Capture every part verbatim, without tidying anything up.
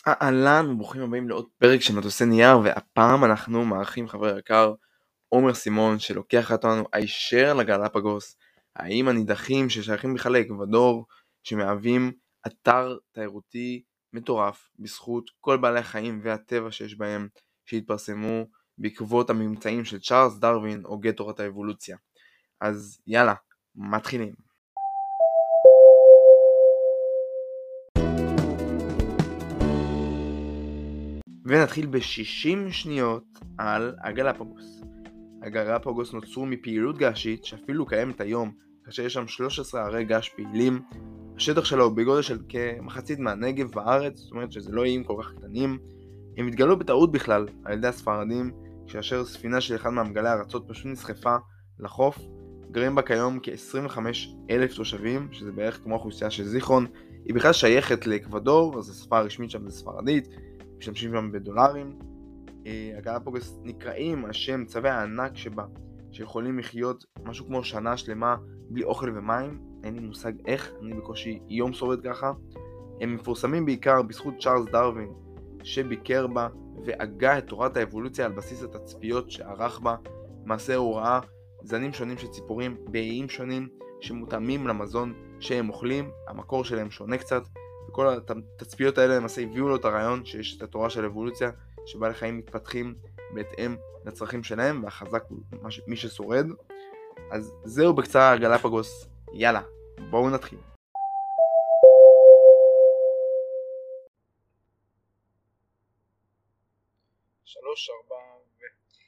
אהלן וברוכים הבאים לעוד פרק של מטוסי נייר, והפעם אנחנו מארחים חבר יקר עומר סימון שלוקח אותנו הישר לגלפגוס, האיים הנידחים ששייכים בכלל לאקוודור, שמהווים אתר תיירותי מטורף בזכות כל בעלי החיים והטבע שיש בהם, שהתפרסמו בעקבות הממצאים של צ'ארלס דרווין הוגה תורת האבולוציה. אז יאללה, מתחילים. ונתחיל ב-שישים שניות על הגלפגוס. הגלפגוס נוצרו מפעילות גשית שאפילו קיימת היום, כאשר יש שם שלוש עשרה ערי גש פעילים. השטח שלו הוא בגודל של כמחצית מהנגב בארץ, זאת אומרת שזה לא איים כל כך קטנים. הם התגלו בטעות בכלל על ידי הספרדים, כאשר ספינה של אחד מהמגלי הארצות פשוט נסחפה לחוף. גרים בה כיום כ-עשרים וחמישה אלף תושבים, שזה בערך כמו האוכלוסייה של זיכרון. היא בכלל שייכת לאקוודור, אז השפה הרשמית שם זה ספרדית, משתמשים שם בדולרים. הגלפגוס נקראים על שם צבי הענק שבה, שיכולים לחיות משהו כמו שנה שלמה בלי אוכל ומים. אין לי מושג איך, אני בקושי יום שורד ככה. הם מפורסמים בעיקר בזכות צ'ארלס דרווין שביקר בה והגה את תורת האבולוציה על בסיס התצפיות שערך בה. מעשה הוא ראה זנים שונים של ציפורים באיים שונים שמותאמים למזון שהם אוכלים, המקור שלהם שונה קצת, וכל התצפיות האלה למעשה הביאו לו את הרעיון שיש את התורה של אבולוציה, שבעלי חיים מתפתחים בהתאם לצרכים שלהם, והחזק הוא מי ששורד. אז זהו בקצרה הגלפגוס, יאללה, בואו נתחיל. שלוש, ארבע ו...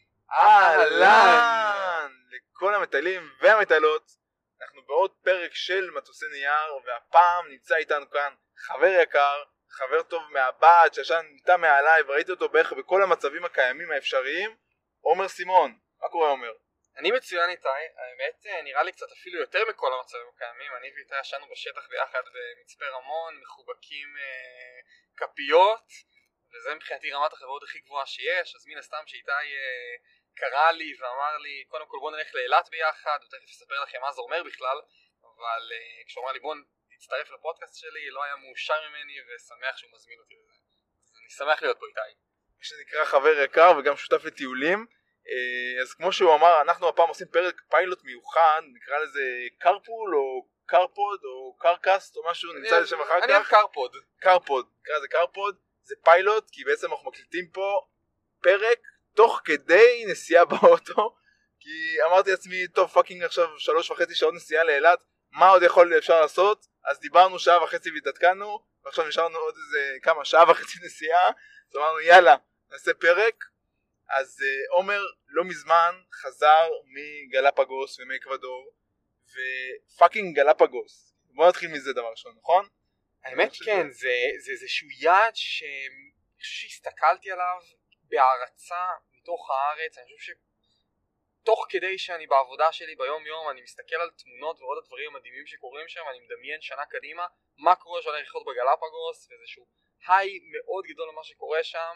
אהלן! לכל המטיילים והמטיילות, אנחנו בעוד פרק של מטוסי נייר, והפעם נמצא איתנו כאן חבר יקר, חבר טוב מהבית, שישן איתה מעליי וראיתי אותו בערך בכל המצבים הקיימים האפשריים, עומר סימון. מה קורה עומר? אני מצוין איתי, האמת נראה לי קצת אפילו יותר מכל המצבים הקיימים. אני ואיתי ישנו בשטח ביחד במצפה רמון, מחובקים אה, כפיות, וזה מבחינתי רמת החברות הכי גבוהה שיש. אז מן הסתם שאיתי אה, קרא לי ואמר לי, קודם כל בוא נלך לאילת ביחד, ותכף אספר לכם מה זה אומר בכלל, אבל אה, כשהוא אמר לי בוא נצטרף לפודקאסט שלי, לא היה מאושר ממני ושמח שהוא מזמין אותי לזה. אז אני שמח להיות פה איתי. שנקרא חבר יקר וגם שותף לטיולים. אז כמו שהוא אמר, אנחנו הפעם עושים פרק פיילוט מיוחד, נקרא לזה קרפול או קרפוד או קרקסט או משהו, נמצא לשם אחר כך. אני אוהב קרפוד. קרפוד, נקרא לזה קרפוד. זה פיילוט כי בעצם אנחנו מקליטים פה פרק תוך כדי נסיעה באוטו, כי אמרתי לעצמי, טוב פאקינג עכשיו שלוש וחצי שעות נסיעה לאילת, מה עוד יכול אפשר לעשות? אז דיברנו שעה וחצי והתעדכנו, ועכשיו נשארנו עוד איזה כמה שעה וחצי נסיעה, אז אמרנו יאללה נעשה פרק. אז uh, עומר לא מזמן חזר מגלפגוס ומאקוודור, ופאקינג גלפגוס, בוא נתחיל מזה דבר ראשון, נכון? האמת כן, זה, זה איזשהו יעד שאני חושב שהסתכלתי עליו בהערצה מתוך הארץ. אני חושב שתוך כדי שאני בעבודה שלי ביום יום אני מסתכל על תמונות ועוד הדברים המדהימים שקורים שם, אני מדמיין שנה קדימה מה קורה שאני הולך לחיות בגלפגוס, ואיזשהו היי מאוד גדול למה שקורה שם.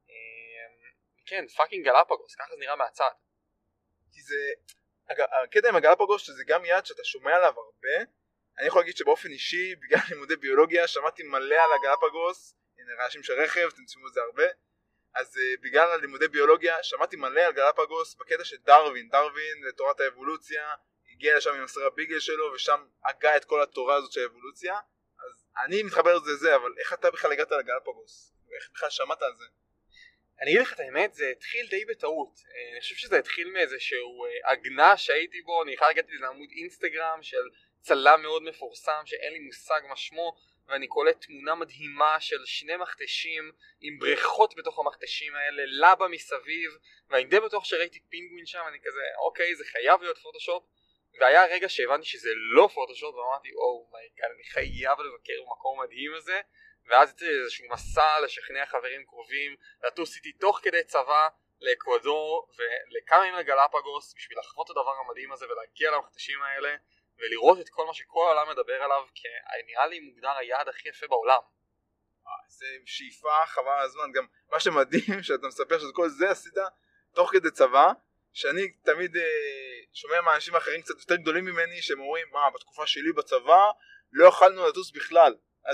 כן, פאקינג גלפגוס, ככה זה נראה מהצד. כי זה, הקטע עם הגלפגוס שזה גם יעד שאתה שומע עליו הרבה. אני יכול להגיד שבאופן אישי, בגלל לימודי ביולוגיה, שמעתי מלא על הגלפגוס, הנה רעשים של רכב, אתם תשמעו את זה הרבה. אז uh, בגלל לימודי ביולוגיה, שמעתי מלא על גלפגוס בקטע של דרווין, דרווין לתורת האבולוציה, הגיע לשם עם הסר הביגל שלו, ושם הגה את כל התורה הזאת של האבולוציה. אז אני מתחבר לזה זה, אבל איך אתה בכלל הגעת לגלפגוס? איך בכלל שמעת על זה? אני אגיד לך את האמת, זה התחיל די בטעות. אני חושב שזה התחיל מאיזשהו הגנה שהייתי בו. אני בכלל הגעתי לעמוד אינסטגרם של צלם מאוד מפורסם שאין לי מושג מה שמו, ואני קולט תמונה מדהימה של שני מכתשים עם בריכות בתוך המכתשים האלה, לבה מסביב, ואני די בטוח שראיתי פינגווין שם. אני כזה אוקיי, זה חייב להיות פוטושופ. והיה רגע שהבנתי שזה לא פוטושופ, ואמרתי או מיי גאד, אני חייב לבקר במקום המדהים הזה. ואז יצא איזשהו מסע לשכנע חברים קרובים לטוס איתי תוך כדי צבא לאקוודור ולכמה ימים לגלפגוס בשביל לחוות את הדבר המדהים הזה ולהגיע למכתשים האלה ולראות את כל מה שכל העולם מדבר עליו, כי נראה לי מוגדר היעד הכי יפה בעולם. זה שאיפה חבל הזמן. גם מה שמדהים שאתה מספר שאת כל זה עשית תוך כדי צבא, שאני תמיד אה, שומע מאנשים אחרים קצת יותר גדולים ממני שהם אומרים מה בתקופה שלי בצבא לא יכולנו לטוס בכלל. אז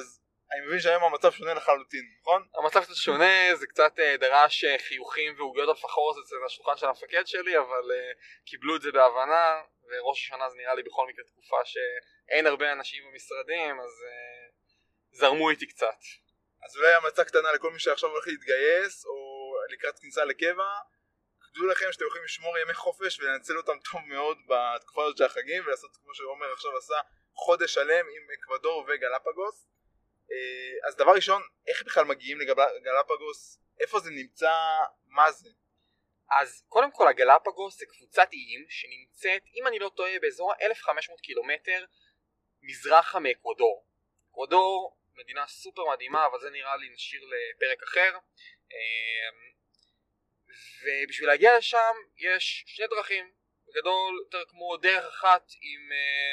אני מבין שהיום המצב שונה לחלוטין, נכון? המצב קצת שונה, זה קצת דרש חיוכים ועוגיות אלפחורות אצל השולחן של המפקד שלי, אבל קיבלו את זה בהבנה, וראש השנה זה נראה לי בכל מקרה תקופה שאין הרבה אנשים במשרדים, אז זרמו איתי קצת. אז אולי המצע קטנה לכל מי שעכשיו הולך להתגייס, או לקראת כניסה לקבע, תדעו לכם שאתם יכולים לשמור ימי חופש ולנצל אותם טוב מאוד בתקופה הזאת של החגים, ולעשות כמו שעומר עכשיו עשה חודש שלם עם אקוודור וגלפגוס. אז דבר ראשון, איך בכלל מגיעים לגלפגוס? איפה זה נמצא? מה זה? אז קודם כל הגלפגוס זה קבוצת איים שנמצאת, אם אני לא טועה, באזור אלף וחמש מאות קילומטר מזרחה מאקוודור. אקוודור מדינה סופר מדהימה, אבל זה נראה לי נשאיר לפרק אחר. ובשביל להגיע לשם יש שני דרכים, בגדול יותר כמו דרך אחת עם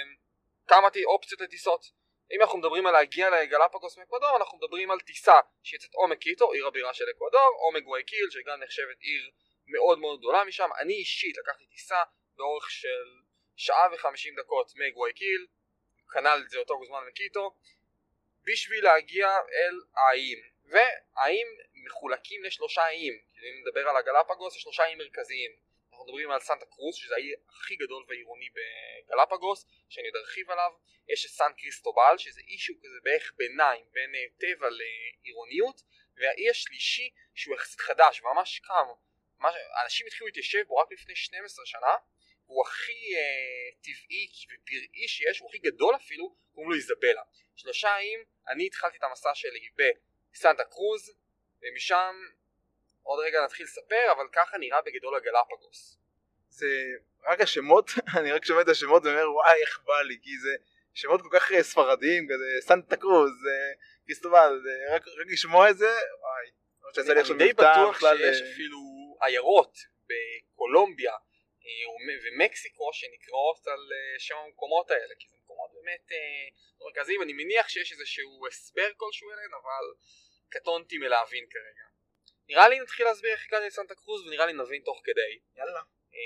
כמה אופציות לטיסות. אם אנחנו מדברים על להגיע לגלפגוס מאקוודור, אנחנו מדברים על טיסה שיוצאת או מקיטו, עיר הבירה של אקוודור, או מגוויקיל, שגם נחשבת עיר מאוד מאוד גדולה משם. אני אישית לקחתי טיסה באורך של שעה וחמישים דקות מגוויקיל, כנ"ל זה אותו זמן מקיטו, בשביל להגיע אל האיים. והאיים מחולקים לשלושה איים. אם נדבר על הגלפגוס, יש שלושה איים מרכזיים. אנחנו מדברים על סנטה קרוז, שזה האי הכי גדול ועירוני בגלפגוס, שאני עוד ארחיב עליו. יש את סן קריסטובל, שזה אי שהוא כזה בערך ביניים בין טבע לעירוניות. והאי השלישי, שהוא יחסית חדש, ממש קם. אנשים התחילו להתיישב בו רק לפני שתים עשרה שנה. הוא הכי אה, טבעי ופראי שיש, הוא הכי גדול אפילו, קוראים לו איזבלה. שלושה איים, אני התחלתי את המסע שלי בסנטה קרוז, ומשם עוד רגע נתחיל לספר, אבל ככה נראה בגדול הגלפגוס. זה רק השמות, אני רק שומע את השמות ואומר וואי איך בא לי, כי זה שמות כל כך ספרדיים, כזה סנטה קרוז, קריסטובל, רק, רק לשמוע את זה, וואי. אני, אני די בטוח שיש ל... אפילו עיירות בקולומביה, ומקסיקו שנקראות על שם המקומות האלה, כי זה מקומות באמת מרכזיים. אני מניח שיש איזשהו הסבר כלשהו אליהן, אבל קטונתי מלהבין כרגע. נראה לי נתחיל להסביר איך הגעתי לסנטה קרוז, ונראה לי נבין תוך כדי. יאללה.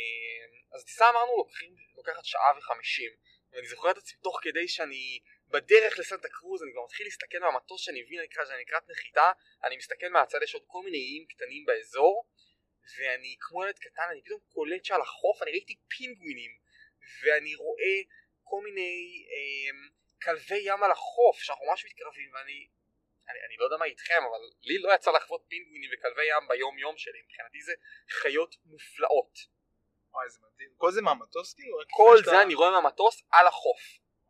אז טיסה אמרנו לוקחים, לוקחת שעה וחמישים, ואני זוכר את עצמי תוך כדי שאני בדרך לסנטה קרוז, אני כבר מתחיל להסתכל מהמטוס שאני מבין שאני לקראת נחיתה, אני מסתכל מהצד, יש עוד כל מיני איים קטנים באזור, ואני כמו ילד קטן, אני פתאום קולט שעל החוף אני ראיתי פינגווינים, ואני רואה כל מיני אה, כלבי ים על החוף שאנחנו ממש מתקרבים, ואני אני, אני לא יודע מה איתכם, אבל לי לא יצא לחוות פינגווינים וכלבי ים ביום יום שלי. מבחינתי זה חיות מופלאות. וואי זה מדהים. כל זה מהמטוס כאילו? כל זה שאתה... אני רואה מהמטוס על החוף.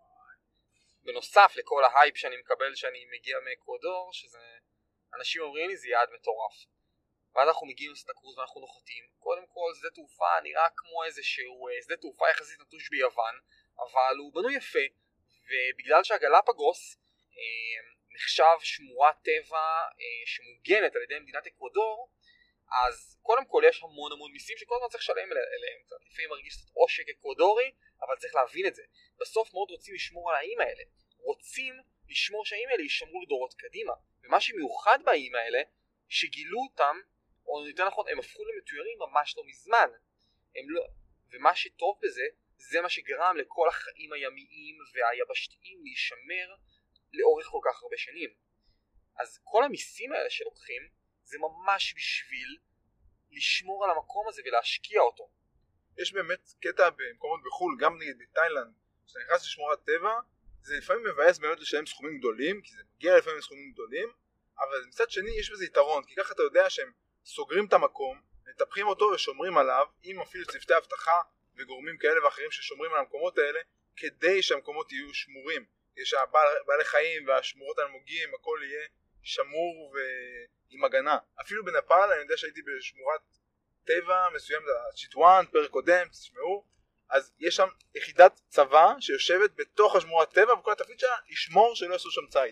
בנוסף לכל ההייפ שאני מקבל שאני מגיע מאקוודור, שזה אנשים אומרים לי זה יעד מטורף. ואז אנחנו מגיעים לסנטה קרוז ואנחנו נוחתים. קודם כל שדה תעופה נראה כמו איזשהו שדה תעופה יחסית נטוש ביוון, אבל הוא בנוי יפה, ובגלל שהגלפגוס אה, נחשב שמורת טבע אה, שמוגנת על ידי מדינת אקוודור, אז קודם כל יש המון המון מיסים שכל הזמן צריך לשלם אליהם. לפעמים מרגיש קצת עושק אקוודורי, אבל צריך להבין את זה. בסוף מאוד רוצים לשמור על האיים האלה. רוצים לשמור שהאיים האלה יישמרו לדורות קדימה. ומה שמיוחד באיים האלה, שגילו אותם, או יותר נכון, הם הפכו למתוירים ממש לא מזמן. הם לא... ומה שטוב בזה, זה מה שגרם לכל החיים הימיים והיבשתיים להישמר לאורך כל כך הרבה שנים. אז כל המיסים האלה שלוקחים, זה ממש בשביל לשמור על המקום הזה ולהשקיע אותו. יש באמת קטע במקומות בחול, גם נגיד בתאילנד, כשאתה נכנס לשמורת טבע, זה לפעמים מבאס באמת לשלם סכומים גדולים, כי זה מגיע לפעמים סכומים גדולים, אבל מצד שני יש בזה יתרון, כי ככה אתה יודע שהם סוגרים את המקום, מטפחים אותו ושומרים עליו, עם אפילו צוותי אבטחה וגורמים כאלה ואחרים ששומרים על המקומות האלה, כדי שהמקומות יהיו שמורים, כדי שהבעלי חיים והשמורות האלמוגים, הכל יהיה שמור ועם הגנה. אפילו בנפאל, אני יודע שהייתי בשמורת טבע מסוים, צ'יטואן, פרק קודם, תשמעו, אז יש שם יחידת צבא שיושבת בתוך השמורת טבע, וכל התפקיד שלה לשמור שלא יעשו שם ציד.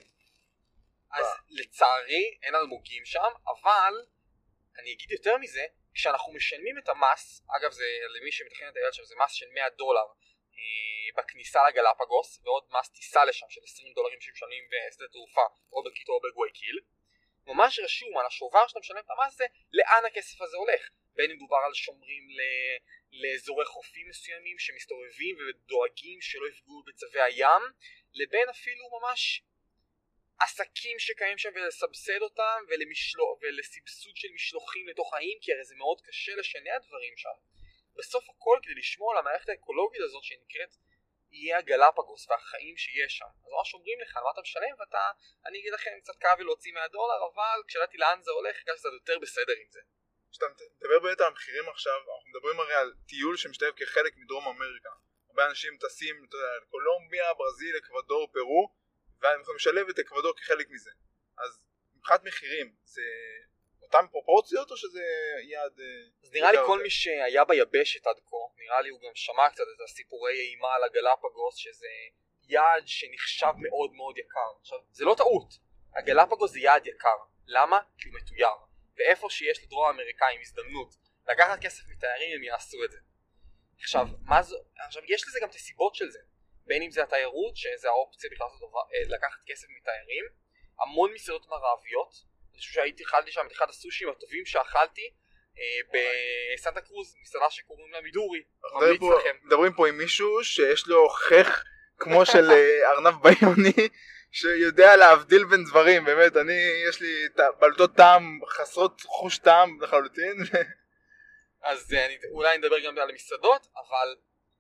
אז לצערי אין אלמוגים שם, אבל אני אגיד יותר מזה, כשאנחנו משלמים את המס, אגב זה למי שמתכנן את הילד שם, זה מס של מאה דולר אה, בכניסה לגלפגוס, ועוד מס טיסה לשם של עשרים דולרים שמשלמים בשדה תעופה, או בקיטו או בגוויקיל, ממש רשום על השובר שאתה משלם את המס הזה, לאן הכסף הזה הולך. בין אם דובר על שומרים ל... לאזורי חופים מסוימים שמסתובבים ודואגים שלא יפגעו בצווי הים, לבין אפילו ממש עסקים שקיים שם ולסבסד אותם ולמשלוח, ולסבסוד של משלוחים לתוך האיים, כי הרי זה מאוד קשה לשנע דברים שם. בסוף הכל כדי לשמור על המערכת האקולוגית הזאת שנקראת יהיה הגלפגוס והחיים שיש שם. אז ממש אומרים לך מה אתה משלם, ואתה, אני אגיד לכם קצת כאב ולהוציא מהדולר, אבל כשאלתי לאן זה הולך, הרגשתי קצת יותר בסדר עם זה. כשאתה מדבר באמת על המחירים עכשיו, אנחנו מדברים הרי על טיול שמשתלב כחלק מדרום אמריקה. הרבה אנשים טסים לקולומביה, ברזיל, אקוודור, פרו, והם יכולים לשלב את אקוודור כחלק מזה. אז מבחינת מחירים, זה אותם פרופורציות או שזה יעד... אז נראה לי כל מי שהיה ביבשת עד כה, נראה לי הוא גם שמע קצת את הסיפורי אימה על הגלפגוס, שזה יעד שנחשב מאוד מאוד יקר. עכשיו, זה לא טעות, הגלפגוס זה יעד יקר. למה? כי הוא מתויר. ואיפה שיש לדרום האמריקאים הזדמנות לקחת כסף מתיירים, הם יעשו את זה. עכשיו, מה זה... עכשיו, יש לזה גם את הסיבות של זה. בין אם זה התיירות, שזה האופציה בכלל לקחת כסף מתיירים, המון מסעדות מערביות. אני חושב שהייתי אכלתי שם את אחד הסושים הטובים שאכלתי אה, בסנטה קרוז, מסעדה שקוראים לה מידורי. מדברים פה עם מישהו שיש לו חך כמו של ארנב ביוני, שיודע להבדיל בין דברים. באמת, אני, יש לי בלטות טעם, חסרות חוש טעם לחלוטין. אז אני, אולי נדבר גם על המסעדות, אבל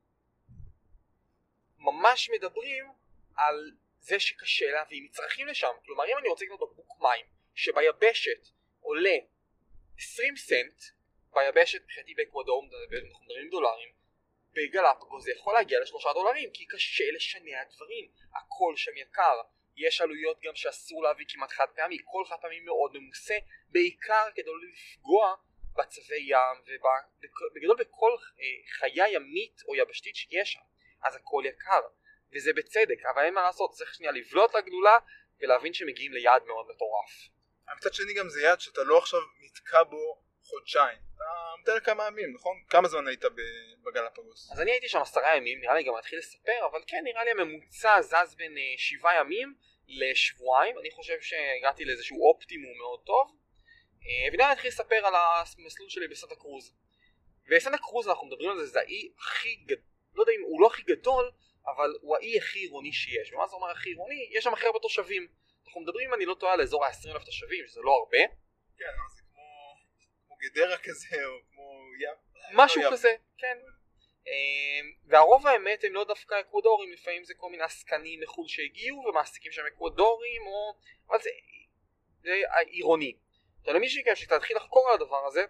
ממש מדברים על זה שקשה להביא מצרכים לשם. כלומר, אם אני רוצה לקנות בקבוק מים שביבשת עולה עשרים סנט, ביבשת מבחינתי באקוודור, אנחנו מדברים דולרים, בגלפגוס זה יכול להגיע לשלושה דולרים, כי קשה לשנע דברים, הכל שם יקר. יש עלויות גם שאסור להביא כמעט חד פעמי, כל חד פעמי מאוד ממוסה, בעיקר כדי לא לפגוע בצבי ים ובגדול בכל חיה ימית או יבשתית שיש שם. אז הכל יקר, וזה בצדק, אבל אין מה לעשות, צריך שנייה לבלוט לגלולה ולהבין שמגיעים ליעד מאוד מטורף. מצד שני גם זה יעד שאתה לא עכשיו נתקע בו חודשיים, אתה מתאר כמה ימים, נכון? כמה זמן היית בגלפגוס? אז אני הייתי שם עשרה ימים, נראה לי גם להתחיל לספר, אבל כן, נראה לי הממוצע זז בין שבעה ימים לשבועיים. אני חושב שהגעתי לאיזשהו אופטימום מאוד טוב, ונראה לי להתחיל לספר על המסלול שלי בסנטה קרוז. בסנטה קרוז אנחנו מדברים על זה, זה האי הכי גדול, לא יודע אם הוא לא הכי גדול, אבל הוא האי הכי עירוני שיש. ומה זה אומר הכי עירוני? יש שם הכי הרבה תושבים. אנחנו מדברים, אני לא טועה, על אזור ה-עשרים אלף תושבים, שזה לא הרבה. כן, זה כמו, כמו גדרה כזה, או כמו ים. משהו כזה, כן. והרוב האמת הם לא דווקא אקוודורים, לפעמים זה כל מיני עסקנים מחול שהגיעו ומעסיקים שם אקוודורים, או... אבל זה, זה עירוני. למי שיקרה שתתחיל לחקור על הדבר הזה,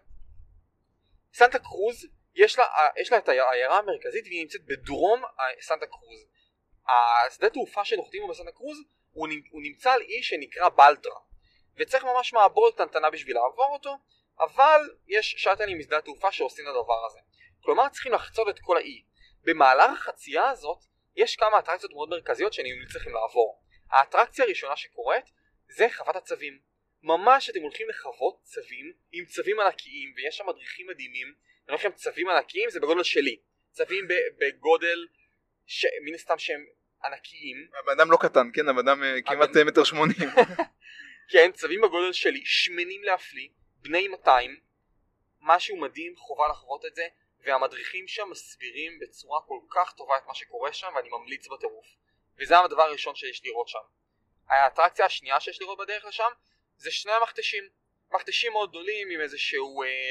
סנטה קרוז, יש לה, יש לה את העיירה המרכזית והיא נמצאת בדרום סנטה קרוז. השדה תעופה שנוחתים בו בסנטה קרוז הוא, הוא נמצא על אי שנקרא בלטרה, וצריך ממש מעבורת קטנטנה בשביל לעבור אותו, אבל יש שאטלים משדה התעופה שעושים את הדבר הזה. כלומר צריכים לחצות את כל האי. במהלך החצייה הזאת יש כמה אטרקציות מאוד מרכזיות שאני צריכים לעבור. האטרקציה הראשונה שקורית זה חוות הצבים. ממש אתם הולכים לחוות צבים עם צבים ענקיים, ויש שם מדריכים מדהימים. אני אומר לכם, צבים ענקיים זה בגודל שלי, צבים בגודל ש... מן הסתם שהם ענקיים. הבן אדם לא קטן, כן? הבן אדם כמעט מטר שמונים. כן, צבים בגודל שלי, שמנים להפליא, בני מאתיים, משהו מדהים, חובה לחוות את זה, והמדריכים שם מסבירים בצורה כל כך טובה את מה שקורה שם, ואני ממליץ בטירוף. וזה הדבר הראשון שיש לראות שם. האטרקציה השנייה שיש לראות בדרך לשם זה שני המכתשים, מכתשים מאוד גדולים עם איזשהו אה,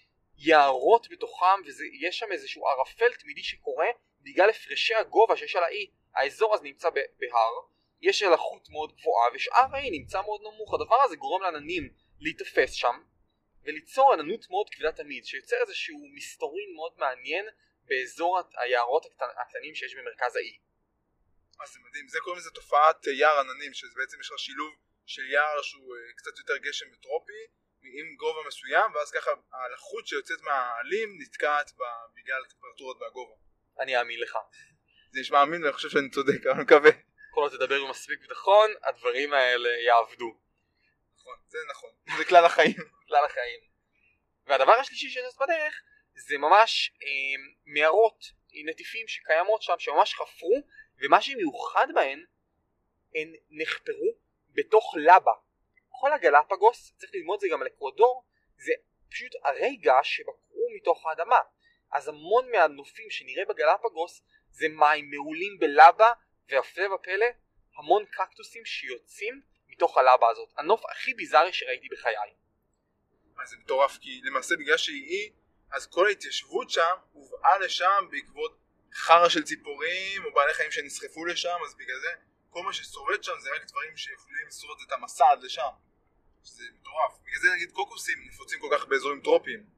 יערות בתוכם, ויש שם איזשהו ערפל תמידי שקורה בגלל הפרשי הגובה שיש על האי. האזור הזה נמצא בהר, יש לחות מאוד גבוהה ושאר האי נמצא מאוד נמוך. הדבר הזה גורם לעננים להתאפס שם וליצור עננות מאוד כבדה תמיד, שיוצר איזשהו מסתורין מאוד מעניין באזור היערות הקטנ... הקטנים שיש במרכז האי. אז זה מדהים, זה קוראים לזה תופעת יער עננים, שזה בעצם יש לך שילוב של יער שהוא קצת יותר גשם וטרופי עם גובה מסוים, ואז ככה הלחות שיוצאת מהעלים נתקעת בגלל הטמפרטורות והגובה. אני אאמין לך. זה נשמע אמין ואני חושב שאני צודק, אבל אני מקווה. כל עוד תדבר עם מספיק ביטחון, הדברים האלה יעבדו. נכון, זה נכון, זה כלל החיים. כלל החיים. והדבר השלישי שנעשה בדרך זה ממש אה, מערות, נטיפים שקיימות שם, שממש חפרו, ומה שמיוחד בהן, הן נחפרו בתוך לבה. כל הגלפגוס, צריך ללמוד זה גם על אקוודור, זה פשוט הרי געש שבקעו מתוך האדמה. אז המון מהנופים שנראה בגלפגוס זה מים מעולים בלבה, והפלא ופלא, המון קקטוסים שיוצאים מתוך הלבה הזאת. הנוף הכי ביזארי שראיתי בחיי. אז זה מטורף, כי למעשה בגלל שהיא אי, אז כל ההתיישבות שם הובאה לשם בעקבות חרא של ציפורים או בעלי חיים שנסחפו לשם, אז בגלל זה כל מה ששורד שם זה רק דברים שיכולים לשרוד את המסע עד לשם. שזה מטורף. בגלל זה נגיד קוקוסים נפוצים כל כך באזורים טרופיים.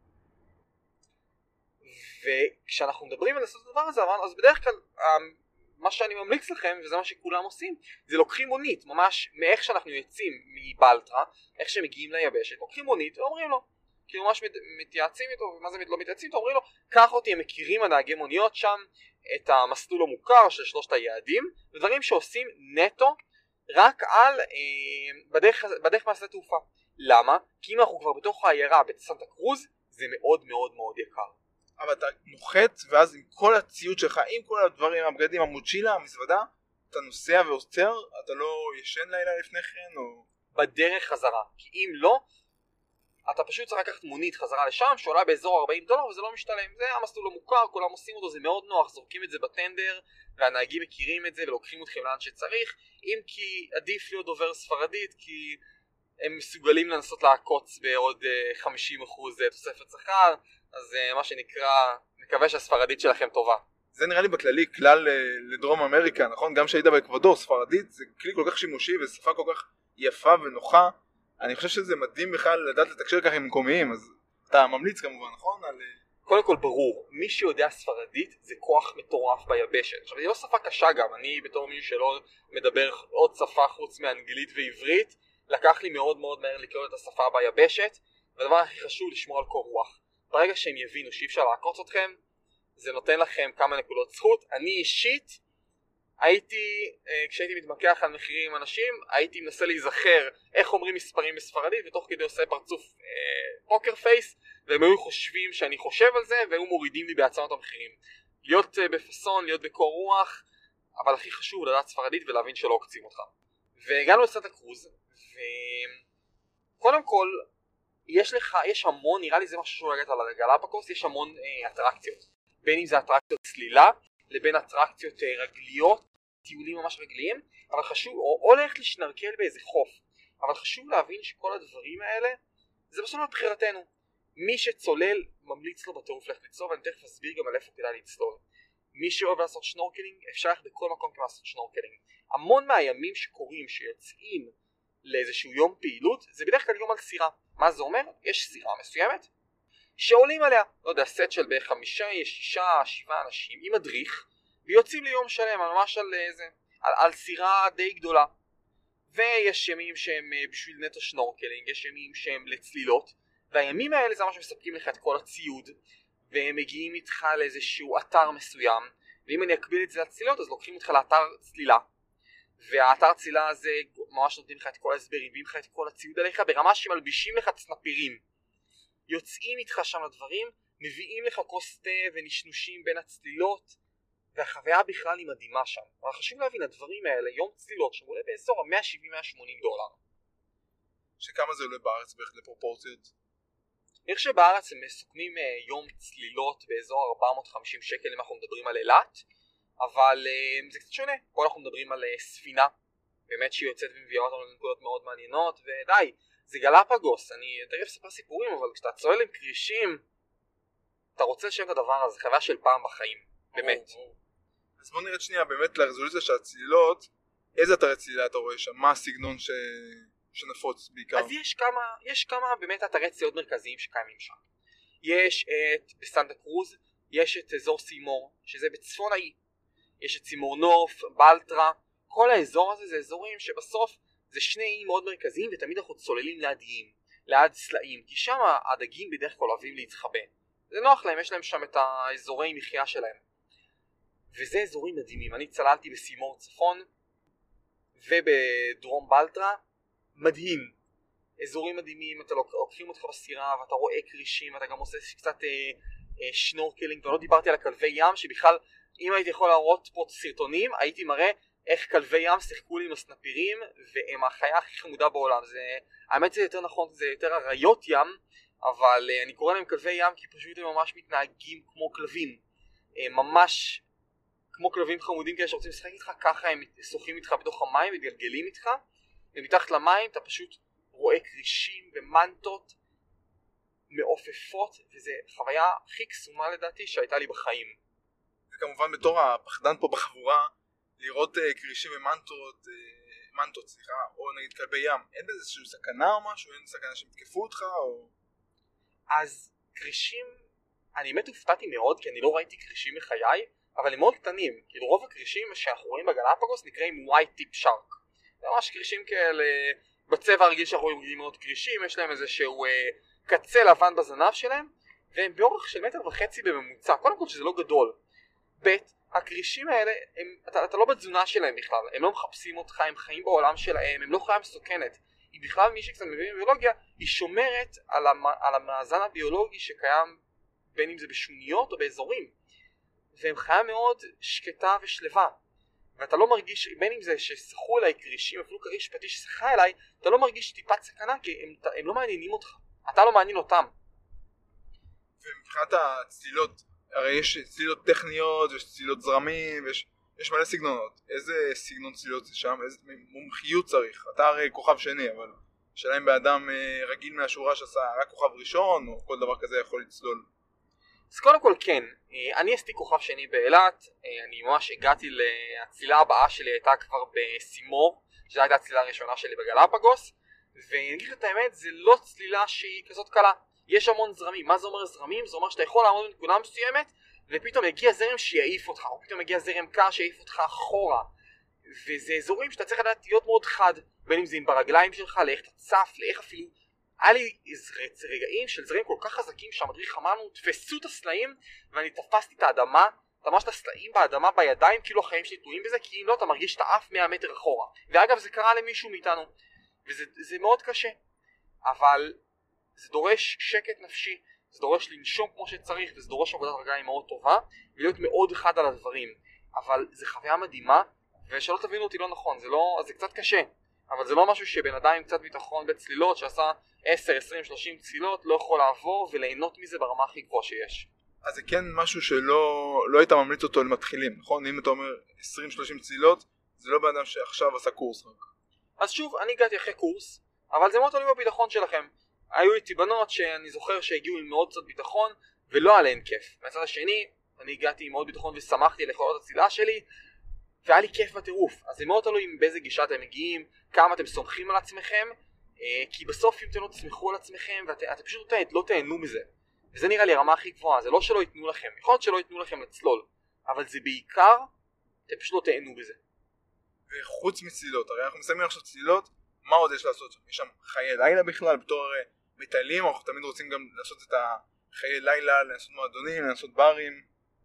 וכשאנחנו מדברים על לעשות את הדבר הזה, אז בדרך כלל מה שאני ממליץ לכם, וזה מה שכולם עושים, זה לוקחים מונית, ממש מאיך שאנחנו יוצאים מבלטרה, איך שמגיעים ליבשת, לוקחים מונית ואומרים לו, כאילו ממש מתייעצים איתו, ומה זה לא מתייעצים איתו, אומרים לו, קח אותי, הם מכירים הנהגי מוניות שם, את המסלול המוכר של שלושת היעדים, ודברים שעושים נטו רק על, אה, בדרך, בדרך מהשדה תעופה. למה? כי אם אנחנו כבר בתוך העיירה בסנטה קרוז, זה מאוד מאוד מאוד יקר. אבל אתה נוחת, ואז עם כל הציוד שלך, עם כל הדברים, הבגדים, המוצ'ילה, המזוודה, אתה נוסע ועוצר, אתה לא ישן לילה לפני כן, או... בדרך חזרה. כי אם לא, אתה פשוט צריך לקחת מונית חזרה לשם, שעולה באזור ארבעים דולר, וזה לא משתלם. זה המסלול המוכר, כולם עושים אותו, זה מאוד נוח, זורקים את זה בטנדר, והנהגים מכירים את זה, ולוקחים אתכם לאן שצריך, אם כי עדיף להיות דובר ספרדית, כי הם מסוגלים לנסות לעקוץ בעוד חמישים אחוז תוספת שכר, אז מה שנקרא, מקווה שהספרדית שלכם טובה. זה נראה לי בכללי כלל לדרום אמריקה, נכון? גם שהיית באקוודור, ספרדית זה כלי כל כך שימושי ושפה כל כך יפה ונוחה. אני חושב שזה מדהים בכלל לדעת לתקשר ככה עם מקומיים, אז אתה ממליץ כמובן, נכון? על... קודם כל ברור, מי שיודע ספרדית זה כוח מטורף ביבשת. עכשיו, היא לא שפה קשה גם, אני בתור מי שלא מדבר עוד שפה חוץ מאנגלית ועברית, לקח לי מאוד מאוד מהר לקרוא את השפה ביבשת, והדבר הכי חשוב לשמור על קור רוח. ברגע שהם יבינו שאי אפשר לעקוץ אתכם, זה נותן לכם כמה נקודות זכות. אני אישית הייתי, כשהייתי מתמקח על מחירים עם אנשים, הייתי מנסה להיזכר איך אומרים מספרים בספרדית, ותוך כדי עושה פרצוף אה, פוקר פייס, והם היו חושבים שאני חושב על זה, והיו מורידים לי בעצמם את המחירים. להיות אה, בפסון, להיות בקור רוח, אבל הכי חשוב לדעת ספרדית ולהבין שלא עוקצים אותך. והגענו לסנטה קרוז, וקודם כל, יש לך, יש המון, נראה לי זה משהו שהוא להגעת על הגלאפגוס, יש המון אה, אטרקציות. בין אם זה אטרקציות צלילה, לבין אטרקציות אה, רגליות, טיולים ממש רגליים, אבל חשוב, או, או ללכת לשנרקל באיזה חוף. אבל חשוב להבין שכל הדברים האלה, זה בסוף מבחירתנו. מי שצולל, ממליץ לו בטירוף ללכת לצלול, ואני תכף אסביר גם על איפה כדאי לצלול. מי שאוהב לעשות שנורקלינג, אפשר ללכת בכל מקום כמה לעשות שנורקלינג. המון מהימים שקורים, שיוצאים לאיזשהו יום פעילות, זה בדרך כלל יום על סירה. מה זה אומר? יש סירה מסוימת, שעולים עליה, לא יודע, סט של בחמישה, שישה, שבעה אנשים, עם מדריך, ויוצאים ליום שלם, ממש על איזה, על, על סירה די גדולה. ויש ימים שהם בשביל נטו שנורקלינג, יש ימים שהם לצלילות, והימים האלה זה ממש מספקים לך את כל הציוד, והם מגיעים איתך לאיזשהו אתר מסוים, ואם אני אקביל את זה לצלילות, אז לוקחים אותך לאתר צלילה. והאתר צלילה הזה ממש נותנים לך את כל ההסברים, מביאים לך את כל הציוד עליך, ברמה שמלבישים לך צנפירים. יוצאים איתך שם לדברים, מביאים לך כוס תה ונשנושים בין הצלילות, והחוויה בכלל היא מדהימה שם. אבל חשוב להבין, הדברים האלה, יום צלילות שעולה באזור ה-מאה שבעים עד מאה שמונים דולר. שכמה זה עולה בארץ בערך לפרופורציות? אני חושב שבארץ הם מסוכנים יום צלילות באזור ארבע מאות וחמישים שקל אם אנחנו מדברים על אילת, אבל זה קצת שונה. פה אנחנו מדברים על ספינה, באמת שהיא יוצאת ומביאה אותנו לנקודות מאוד מעניינות, ודי, זה גלאפגוס. אני תכף אספר סיפורים, אבל כשאתה צולל עם כרישים, אתה רוצה לשם את הדבר הזה, חוויה של פעם בחיים, באמת. אז בוא נרד שנייה באמת לרזולוציה של הצלילות, איזה אתרי צלילה אתה רואה שם, מה הסגנון ש... שנפוץ בעיקר? אז יש כמה, יש כמה באמת אתרי צלילות מרכזיים שקיימים שם. יש את, בסנטה קרוז, יש את אזור סימור, שזה בצפון האי. יש את סימור נורף, בלטרה, כל האזור הזה זה אזורים שבסוף זה שני איים מאוד מרכזיים, ותמיד אנחנו צוללים ליד איים, ליד סלעים, כי שם הדגים בדרך כלל אוהבים להתחבא. זה נוח להם, יש להם שם את האזורי מחיה שלהם. וזה אזורים מדהימים. אני צללתי בסימור צפון ובדרום בלטרה, מדהים. אזורים מדהימים, אתה לוקחים אותך בסירה ואתה רואה כרישים, אתה גם עושה קצת אה, אה, שנורקלינג, ולא דיברתי על הכלבי ים, שבכלל אם הייתי יכול להראות פה סרטונים, הייתי מראה איך כלבי ים שיחקו לי עם הסנפירים, והם החיה הכי חמודה בעולם. זה, האמת זה יותר נכון, זה יותר אריות ים, אבל אה, אני קורא להם כלבי ים כי פשוט הם ממש מתנהגים כמו כלבים. אה, ממש כמו כלבים חמודים כאלה שרוצים לשחק איתך, ככה הם שוחים איתך בתוך המים, מתגלגלים איתך, ומתחת למים אתה פשוט רואה קרישים ומנטות מעופפות, וזה חוויה הכי קסומה לדעתי שהייתה לי בחיים. וכמובן בתור הפחדן פה בחבורה, לראות uh, קרישים ומנטות, uh, מנטות סליחה, או נגיד כלבי ים, אין בזה איזושהי סכנה או משהו? אין סכנה שהם יתקפו אותך או... אז קרישים, אני באמת הופתעתי מאוד כי אני לא ראיתי קרישים מחיי, אבל הם מאוד קטנים. כאילו רוב הקרישים שאנחנו רואים בגלאפגוס נקראים white tip shark. זה ממש קרישים כאלה בצבע הרגיל שאנחנו רואים מאוד קרישים, יש להם איזשהו אה, קצה לבן בזנב שלהם, והם באורך של מטר וחצי בממוצע. קודם כל שזה לא גדול. ב' הקרישים האלה, הם, אתה, אתה לא בתזונה שלהם בכלל, הם לא מחפשים אותך, הם חיים בעולם שלהם, הם לא חיה מסוכנת. היא בכלל, מי שקצת מבין בביולוגיה, היא שומרת על, המ, על המאזן הביולוגי שקיים בין אם זה בשוניות או באזורים. והם חיה מאוד שקטה ושלווה. ואתה לא מרגיש, בין אם זה ששחו אליי קרישים, אפילו קריש פטיש ששחה אליי, אתה לא מרגיש טיפת סכנה, כי הם, הם לא מעניינים אותך. אתה לא מעניין אותם. ומבחינת הצלילות, הרי יש צלילות טכניות, יש צלילות זרמים, ויש יש מלא סגנונות. איזה סגנון צלילות זה שם? איזה מומחיות צריך? אתה הרי כוכב שני, אבל שאלה אם באדם רגיל מהשורה שעשה רק כוכב ראשון, או כל דבר כזה יכול לצלול. אז קודם כל כן, אני עשיתי כוכב שני באילת, אני ממש הגעתי להצלילה הבאה שלי, הייתה כבר בסימור, שזו הייתה הצלילה הראשונה שלי בגלאפגוס, ואני אגיד את האמת, זה לא צלילה שהיא כזאת קלה. יש המון זרמים. מה זה אומר זרמים? זה אומר שאתה יכול לעמוד בנקודה מסוימת, ופתאום יגיע זרם שיעיף אותך, או פתאום יגיע זרם קר שיעיף אותך אחורה. וזה אזורים שאתה צריך לדעת להיות מאוד חד, בין אם זה עם ברגליים שלך, לאיך אתה צף, לאיך אפילו... היה לי רגעים של זרעים כל כך חזקים שהמדריך אמר לנו, תפסו את הסלעים, ואני תפסתי את האדמה, ממש את הסלעים באדמה בידיים, כאילו החיים שלי תלויים בזה, כי אם לא אתה מרגיש את האף מאה מטר אחורה. ואגב זה קרה למישהו מאיתנו, וזה זה מאוד קשה. אבל זה דורש שקט נפשי, זה דורש לנשום כמו שצריך, וזה דורש עבודת רגליים מאוד טובה, ולהיות מאוד חד על הדברים. אבל זה חוויה מדהימה, ושלא תבינו אותי לא נכון, זה, לא, זה קצת קשה. אבל זה לא משהו שבן אדם עם קצת ביטחון בצלילות שעשה עשר, עשרים, שלושים צלילות לא יכול לעבור וליהנות מזה ברמה הכי גבוהה שיש. אז זה כן משהו שלא לא היית ממליץ אותו למתחילים, נכון? אם אתה אומר עשרים שלושים צלילות, זה לא בן אדם שעכשיו עשה קורס רק. אז שוב, אני הגעתי אחרי קורס, אבל זה מאוד תלוי בביטחון שלכם. היו איתי בנות שאני זוכר שהגיעו עם מאוד קצת ביטחון ולא עליהן כיף. מהצד השני, אני הגעתי עם מאוד ביטחון ושמחתי על יכולות הצלילה שלי, והיה לי כיף בטירוף. אז זה מאוד תלוי באיזה גישה אתם מגיעים, כמה אתם סומכים על עצמכם, כי בסוף אם אתם לא תסמכו על עצמכם ואתם פשוט לא תהנו מזה. וזה נראה לי הרמה הכי גבוהה, זה לא שלא ייתנו לכם, יכול להיות שלא ייתנו לכם לצלול, אבל זה בעיקר, אתם פשוט לא תהנו בזה. וחוץ מצלילות, הרי אנחנו מסיימים עכשיו צלילות, מה עוד יש לעשות? יש שם חיי לילה בכלל, בתור מטיילים, אנחנו תמיד רוצים גם לעשות את החיי לילה, לעשות מועדונים, לעשות ברים.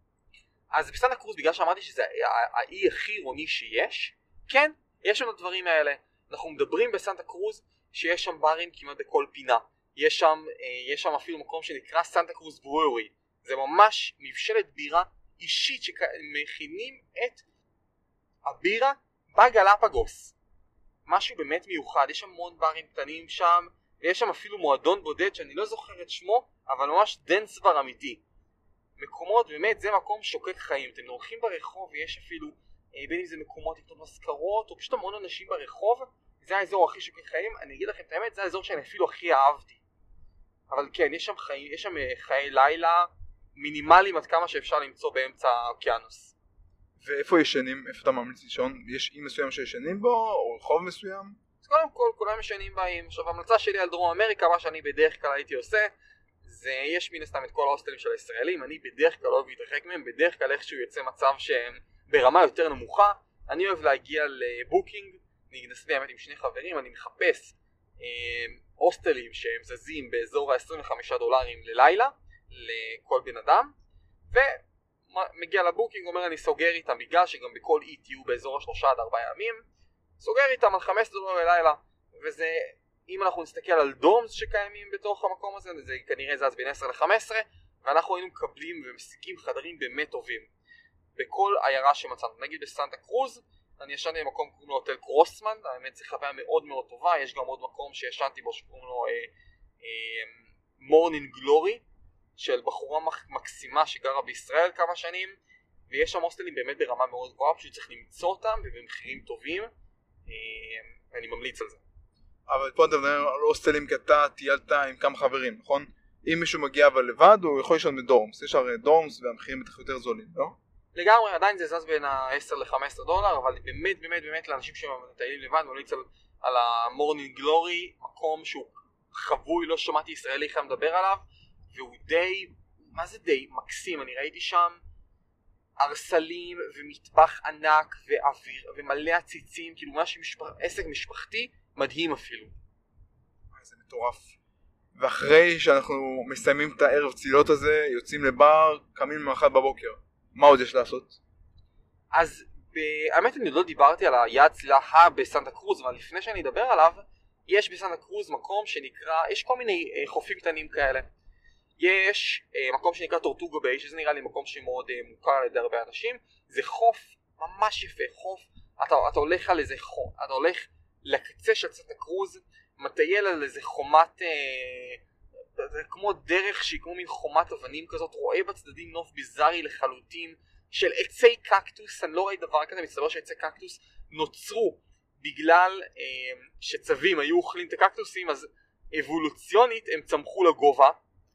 אז בסנטה קרוז, בגלל שאמרתי שזה האי הכי עירוני שיש, כן, יש שם את הדברים האלה. אנחנו מדברים בסנטה קרוז שיש שם ברים כמעט בכל פינה. יש שם, יש שם אפילו מקום שנקרא סנטה קרוז ברורי. זה ממש מבשלת בירה אישית שמכינים את הבירה בגלאפגוס. משהו באמת מיוחד, יש המון ברים קטנים שם, ויש שם אפילו מועדון בודד שאני לא זוכר את שמו, אבל ממש דנס בר אמיתי. מקומות, באמת, זה מקום שוקק חיים. אתם הולכים ברחוב ויש אפילו, בין אם זה מקומות לקנות מזכרות, או פשוט המון אנשים ברחוב, זה האזור הכי שוקק חיים. אני אגיד לכם את האמת, זה האזור שאני אפילו הכי אהבתי. אבל כן, יש שם חיי, יש שם חיי לילה מינימליים עד כמה שאפשר למצוא באמצע האוקיינוס. ואיפה ישנים? איפה אתה ממליץ לישון? יש אי מסוים שישנים בו, או רחוב מסוים? אז קודם כל, כולם ישנים באים. עכשיו, המלצה שלי על דרום אמריקה, מה שאני בדרך כלל הייתי עושה, זה יש מן הסתם את כל ההוסטלים של הישראלים, אני בדרך כלל אוהב להתרחק מהם, בדרך כלל איכשהו יוצא מצב שהם ברמה יותר נמוכה. אני אוהב להגיע לבוקינג, אני נסתי האמת עם שני חברים, אני מחפש אה, הוסטלים שהם זזים באזור ה-עשרים וחמישה דולרים ללילה, לכל בן אדם, ומגיע לבוקינג, אומר אני סוגר איתם, בגלל שגם בכל אי תהיו באזור השלושה עד ארבעה ימים, סוגר איתם על חמישה עשר דולר ללילה, וזה... אם אנחנו נסתכל על דומס שקיימים בתוך המקום הזה, זה כנראה זז בין עשר ל-חמש עשרה, ואנחנו היינו מקבלים ומשיגים חדרים באמת טובים בכל עיירה שמצאנו. נגיד בסנטה קרוז, אני ישנתי במקום קוראים לו הוטל קרוסמן, האמת זה חוויה מאוד מאוד טובה. יש גם עוד מקום שישנתי בו שקוראים לו מורנינג גלורי, של בחורה מקסימה שגרה בישראל כמה שנים, ויש שם הוסטלים באמת ברמה מאוד גבוהה, פשוט צריך למצוא אותם ובמחירים טובים. אני ממליץ על זה. אבל פה אתה מדבר על הוסטלים כי אתה טיילת עם כמה חברים, נכון? אם מישהו מגיע אבל לבד הוא יכול לישון בדורמס, יש הרי דורמס והמחירים בטח יותר זולים, לא? לגמרי, עדיין זה זז בין ה-עשר ל-חמש עשרה דולר, אבל באמת באמת באמת לאנשים שמטיילים לבד ממליץ על, על המורנינג גלורי, מקום שהוא חבוי, לא שמעתי ישראלי איך מדבר עליו, והוא די, מה זה די? מקסים, אני ראיתי שם ארסלים ומטבח ענק ואוויר ומלא עציצים, כאילו משהו משפח... עסק משפחתי מדהים אפילו. זה מטורף. ואחרי שאנחנו מסיימים את הערב צלילות הזה, יוצאים לבר, קמים מאחד בבוקר. מה עוד יש לעשות? אז באמת אני לא דיברתי על היעד צלילה ה בסנטה קרוז, אבל לפני שאני אדבר עליו, יש בסנטה קרוז מקום שנקרא, יש כל מיני אה, חופים קטנים כאלה. יש אה, מקום שנקרא טורטוגו ביי, שזה נראה לי מקום שמאוד אה, מוכר על ידי הרבה אנשים. זה חוף ממש יפה, חוף, אתה, אתה הולך על איזה חוף, אתה הולך לקצה של סנטה קרוז, מטייל על איזה חומת, אה, זה כמו דרך שהיא כמו מין חומת אבנים כזאת, רואה בצדדים נוף ביזארי לחלוטין של עצי קקטוס. אני לא ראיתי דבר כזה, מסתבר שעצי קקטוס נוצרו בגלל אה, שצבים היו אוכלים את הקקטוסים, אז אבולוציונית הם צמחו לגובה,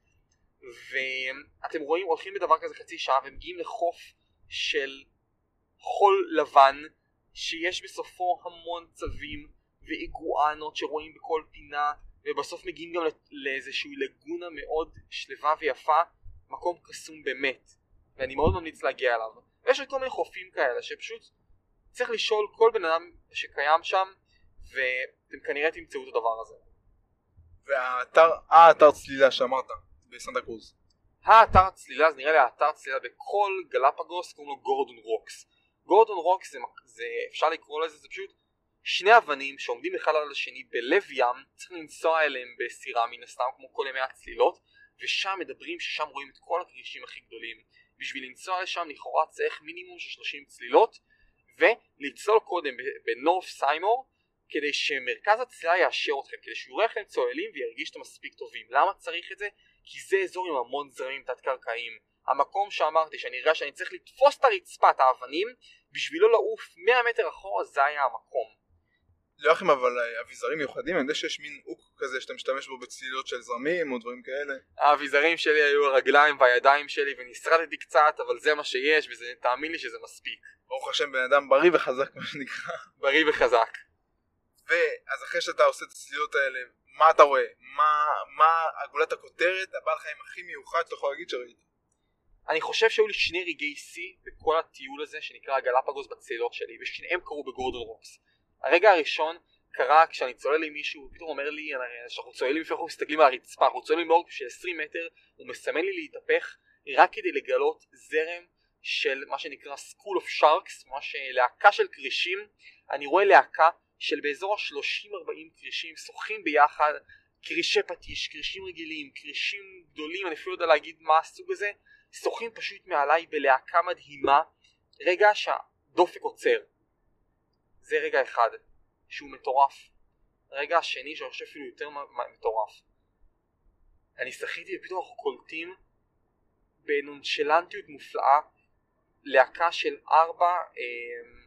ואתם רואים הולכים בדבר כזה חצי שעה ומגיעים לחוף של חול לבן שיש בסופו המון צבים ואיגואנות שרואים בכל פינה, ובסוף מגיעים גם לאיזושהי לגונה מאוד שלווה ויפה, מקום קסום באמת, ואני מאוד ממליץ להגיע אליו. ויש עוד כל מיני חופים כאלה שפשוט צריך לשאול כל בן אדם שקיים שם, ואתם כנראה תמצאו את הדבר הזה. והאתר, האתר צלילה שאמרת בסנטה קרוז, האתר הצלילה, זה נראה לי האתר צלילה בכל גלפגוס, קוראים לו גורדון רוקס. גורדון רוקס זה, זה אפשר לקרוא לזה, זה פשוט שני אבנים שעומדים אחד על השני בלב ים, צריך לנסוע אליהם בסירה מן הסתם כמו כל ימי הצלילות, ושם מדברים ששם רואים את כל הכרישים הכי גדולים. בשביל לנסוע לשם לכאורה צריך מינימום של שלושים צלילות, ולצלול קודם בנורף סיימור כדי שמרכז הצלילה יאשר אתכם, כדי שהוא יראה לכם צוללים וירגיש שאתם מספיק טובים. למה צריך את זה? כי זה אזור עם המון זרמים תת קרקעיים. המקום שאמרתי שאני אראה שאני צריך לתפוס את הרצפת האבנים בשביל לא לעוף מאה מטר אחורה, זה היה המקום. לא לכם אבל אביזרים מיוחדים, אני יודע שיש מין אוק כזה שאתה משתמש בו בצלילות של זרמים או דברים כאלה. האביזרים שלי היו הרגליים והידיים שלי ונשרדתי קצת, אבל זה מה שיש ותאמין לי שזה מספיק. ברוך השם בן אדם בריא וחזק מה שנקרא. בריא וחזק. ואז אחרי שאתה עושה את הצלילות האלה, מה אתה רואה? מה, מה הגולת הכותרת, הבעל חיים הכי מיוחד שאתה יכול להגיד שראיתי? אני חושב שהיו לי שני רגעי שיא בכל הטיול הזה שנקרא גלפגוס בצלילות שלי, ושניהם קרו בגורדון רוקס. הרגע הראשון קרה כשאני צולל עם מישהו, הוא פתאום אומר לי שאנחנו צוללים לפני אנחנו מסתכלים על הרצפה, אנחנו צוללים באורך של עשרים מטר, הוא מסמן לי להתהפך רק כדי לגלות זרם של מה שנקרא School of Sharks, ממש להקה של קרישים. אני רואה להקה של באזור ה-שלושים ארבעים קרישים שוחים ביחד, קרישי פטיש, קרישים רגילים, קרישים גדולים, אני אפילו לא יודע להגיד מה הסוג הזה, שוחים פשוט מעליי בלהקה מדהימה. רגע שהדופק עוצר, זה רגע אחד שהוא מטורף. רגע השני שאני חושב אפילו יותר מטורף, אני שחיתי ופתאום אנחנו קולטים בנונשלנטיות מופלאה להקה של ארבע אה,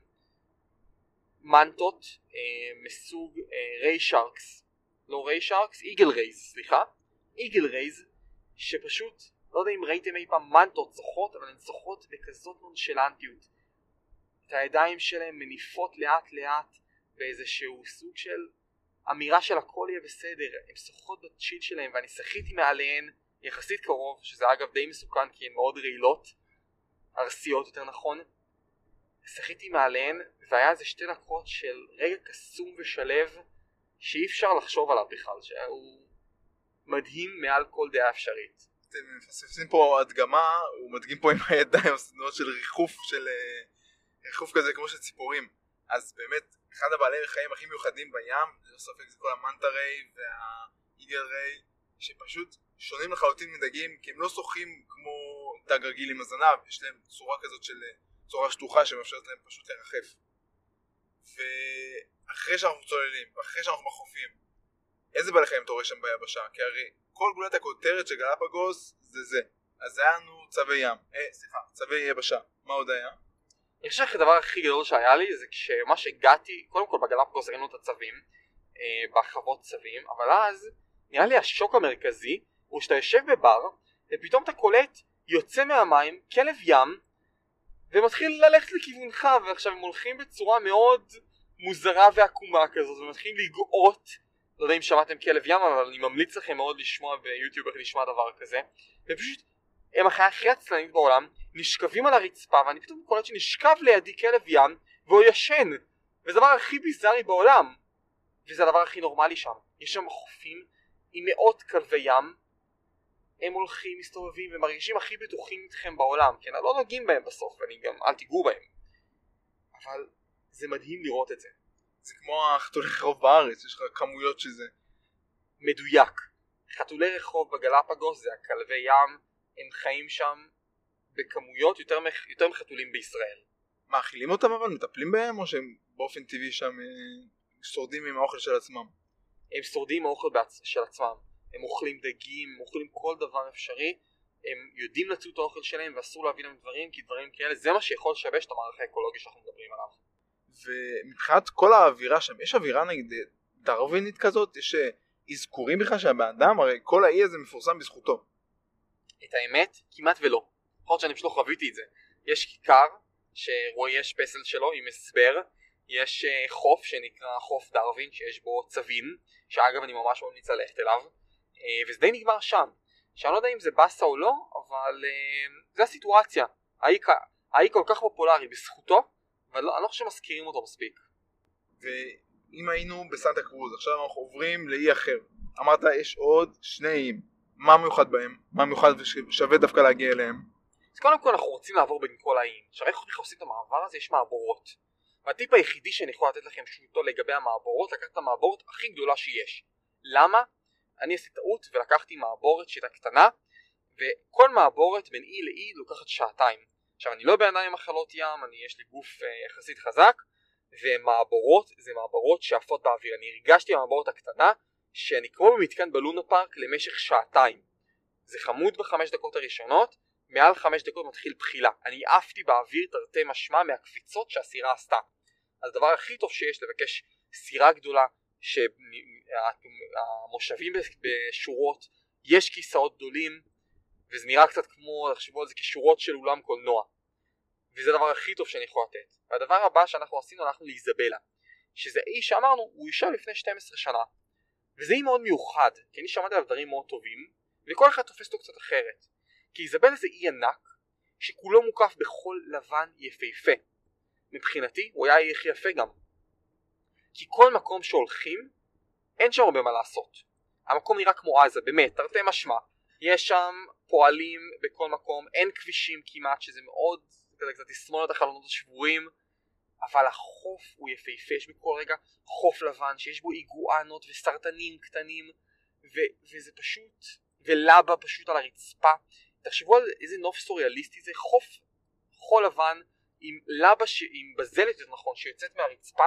מנטות אה, מסוג אה, ריי שרקס, לא ריי שרקס, איגל רייז, סליחה, איגל רייז, שפשוט לא יודע אם ראיתם אי פעם מנטות זוכות, אבל הן זוכות בכזאת נונשלנטיות. את הידיים שלהם מניפות לאט לאט באיזשהו סוג של אמירה של הכל יהיה בסדר. הן שוחחות בצ'יל שלהם ואני שחיתי מעליהן יחסית קרוב, שזה אגב די מסוכן כי הן מאוד רעילות, ארסיות יותר נכון. שחיתי מעליהן והיה איזה שתי דקות של רגע קסום ושלב שאי אפשר לחשוב עליו בכלל, שהוא מדהים מעל כל דעה אפשרית. אתם מפספסים פה הדגמה, הוא מדגים פה עם הידיים סדנות של ריחוף של ריחוף כזה כמו של ציפורים. אז באמת אחד הבעלי חיים הכי מיוחדים בים, ללא ספק זה כל המנטה ריי והאיגל ריי, שפשוט שונים לחלוטין מדגים, כי הם לא שוחים כמו דג רגיל עם הזנב, יש להם צורה כזאת של צורה שטוחה שמאפשרת להם פשוט לרחף. ואחרי שאנחנו צוללים ואחרי שאנחנו בחופים, איזה בעלי חיים אתה רואה שם ביבשה? כי הרי כל גולת הכותרת של גלפגוס זה זה. אז היה לנו צווי ים, אה סליחה, צווי יבשה. מה עוד היה? אני חושב שהדבר הכי גדול שהיה לי זה כשממש הגעתי, קודם כל בגלפגוס ראינו את הצבים, אה, בחוות צבים, אבל אז נראה לי השוק המרכזי הוא שאתה יושב בבר ופתאום אתה קולט יוצא מהמים כלב ים ומתחיל ללכת לכיוונך, ועכשיו הם הולכים בצורה מאוד מוזרה ועקומה כזאת ומתחילים לגאות. לא יודע אם שמעתם כלב ים, אבל אני ממליץ לכם מאוד לשמוע ביוטיוב איך לשמוע דבר כזה. ופשוט הם החיה הכי עצלנית בעולם, נשכבים על הרצפה, ואני פתאום קולט שנשכב לידי כלב ים והוא ישן, וזה הדבר הכי ביזארי בעולם, וזה הדבר הכי נורמלי שם. יש שם חופים עם מאות כלבי ים, הם הולכים, מסתובבים ומרגישים הכי בטוחים איתכם בעולם, כן? לא נוגעים בהם בסוף, אני גם אל תיגעו בהם, אבל זה מדהים לראות את זה. זה כמו החתולי רחוב בארץ, יש לך כמויות שזה מדויק. חתולי רחוב בגלפגוס זה הכלבי ים, הם חיים שם בכמויות יותר, מח... יותר מחתולים בישראל. מאכילים אותם אבל? מטפלים בהם או שהם באופן טבעי שם אה, שורדים עם האוכל של עצמם? הם שורדים עם האוכל בעצ... של עצמם. הם אוכלים דגים, הם אוכלים כל דבר אפשרי, הם יודעים לצוא את האוכל שלהם ואסור להביא להם דברים, כי דברים כאלה זה מה שיכול לשבש את המערך האקולוגי שאנחנו מדברים עליו. ומבחינת כל האווירה שם, יש אווירה נגיד דרווינית כזאת? יש אזכורים בכלל שהבאדם, הרי כל האי הזה מפורסם בזכותו. את האמת, כמעט ולא. יכול להיות שאני פשוט לא חוויתי את זה. יש כיכר שרואי יש פסל שלו עם הסבר, יש חוף שנקרא חוף דרווין שיש בו צבים, שאגב אני ממש ממליץ ללכת אליו, וזה די נגמר שם. שאני לא יודע אם זה בסה או לא, אבל זה הסיטואציה. האי כל כך פופולרי בזכותו, אבל לא, אני לא חושב שמזכירים אותו מספיק. ואם היינו בסנטה קרוז, עכשיו אנחנו עוברים לאי אחר. אמרת יש עוד שני איים. מה מיוחד בהם? מה מיוחד ושווה דווקא להגיע אליהם? אז קודם כל אנחנו רוצים לעבור בין כל האיים. עכשיו איך אנחנו עושים את המעבר הזה? יש מעבורות. והטיפ היחידי שאני יכול לתת לכם שוטו לגבי המעבורות, לקחת את המעבורת הכי גדולה שיש. למה? אני עשיתי טעות ולקחתי מעבורת שהייתה קטנה, וכל מעבורת בין אי לאי לוקחת שעתיים. עכשיו אני לא בעיניים עם מחלות ים, אני יש לי גוף אה, יחסית חזק, ומעבורות זה מעבורות שעפות באוויר. אני הרגשתי במעבורת הקטנה שאני כמו במתקן בלונה פארק למשך שעתיים. זה חמוד בחמש דקות הראשונות, מעל חמש דקות מתחיל בחילה. אני עפתי באוויר תרתי משמע מהקפיצות שהסירה עשתה. אז הדבר הכי טוב שיש לבקש סירה גדולה, שהמושבים בשורות, יש כיסאות גדולים, וזה נראה קצת כמו, תחשבו על זה כשורות של אולם קולנוע. וזה הדבר הכי טוב שאני יכול לתת. והדבר הבא שאנחנו עשינו, הלכנו לאיזבלה, שזה אי שאמרנו, הוא ישב לפני שתים עשרה שנה. וזה אי מאוד מיוחד, כי אני שמעתי עליו דברים מאוד טובים, וכל אחד תופס אותו קצת אחרת. כי איזבלה זה אי ענק, שכולו מוקף בכל לבן יפהפה. מבחינתי הוא היה אי הכי יפה גם. כי כל מקום שהולכים, אין שם הרבה מה לעשות. המקום נראה כמו עזה, באמת, תרתי משמע. יש שם פועלים בכל מקום, אין כבישים כמעט, שזה מאוד, כזה קצת תסמונת החלונות השבורים, אבל החוף הוא יפהפה, יש בכל רגע חוף לבן, שיש בו איגואנות וסרטנים קטנים, ו- וזה פשוט, ולבה פשוט על הרצפה. תחשבו על איזה נוף סוריאליסטי זה, חוף חול לבן, עם לבה, ש- עם בזלת, נכון, שיוצאת מהרצפה,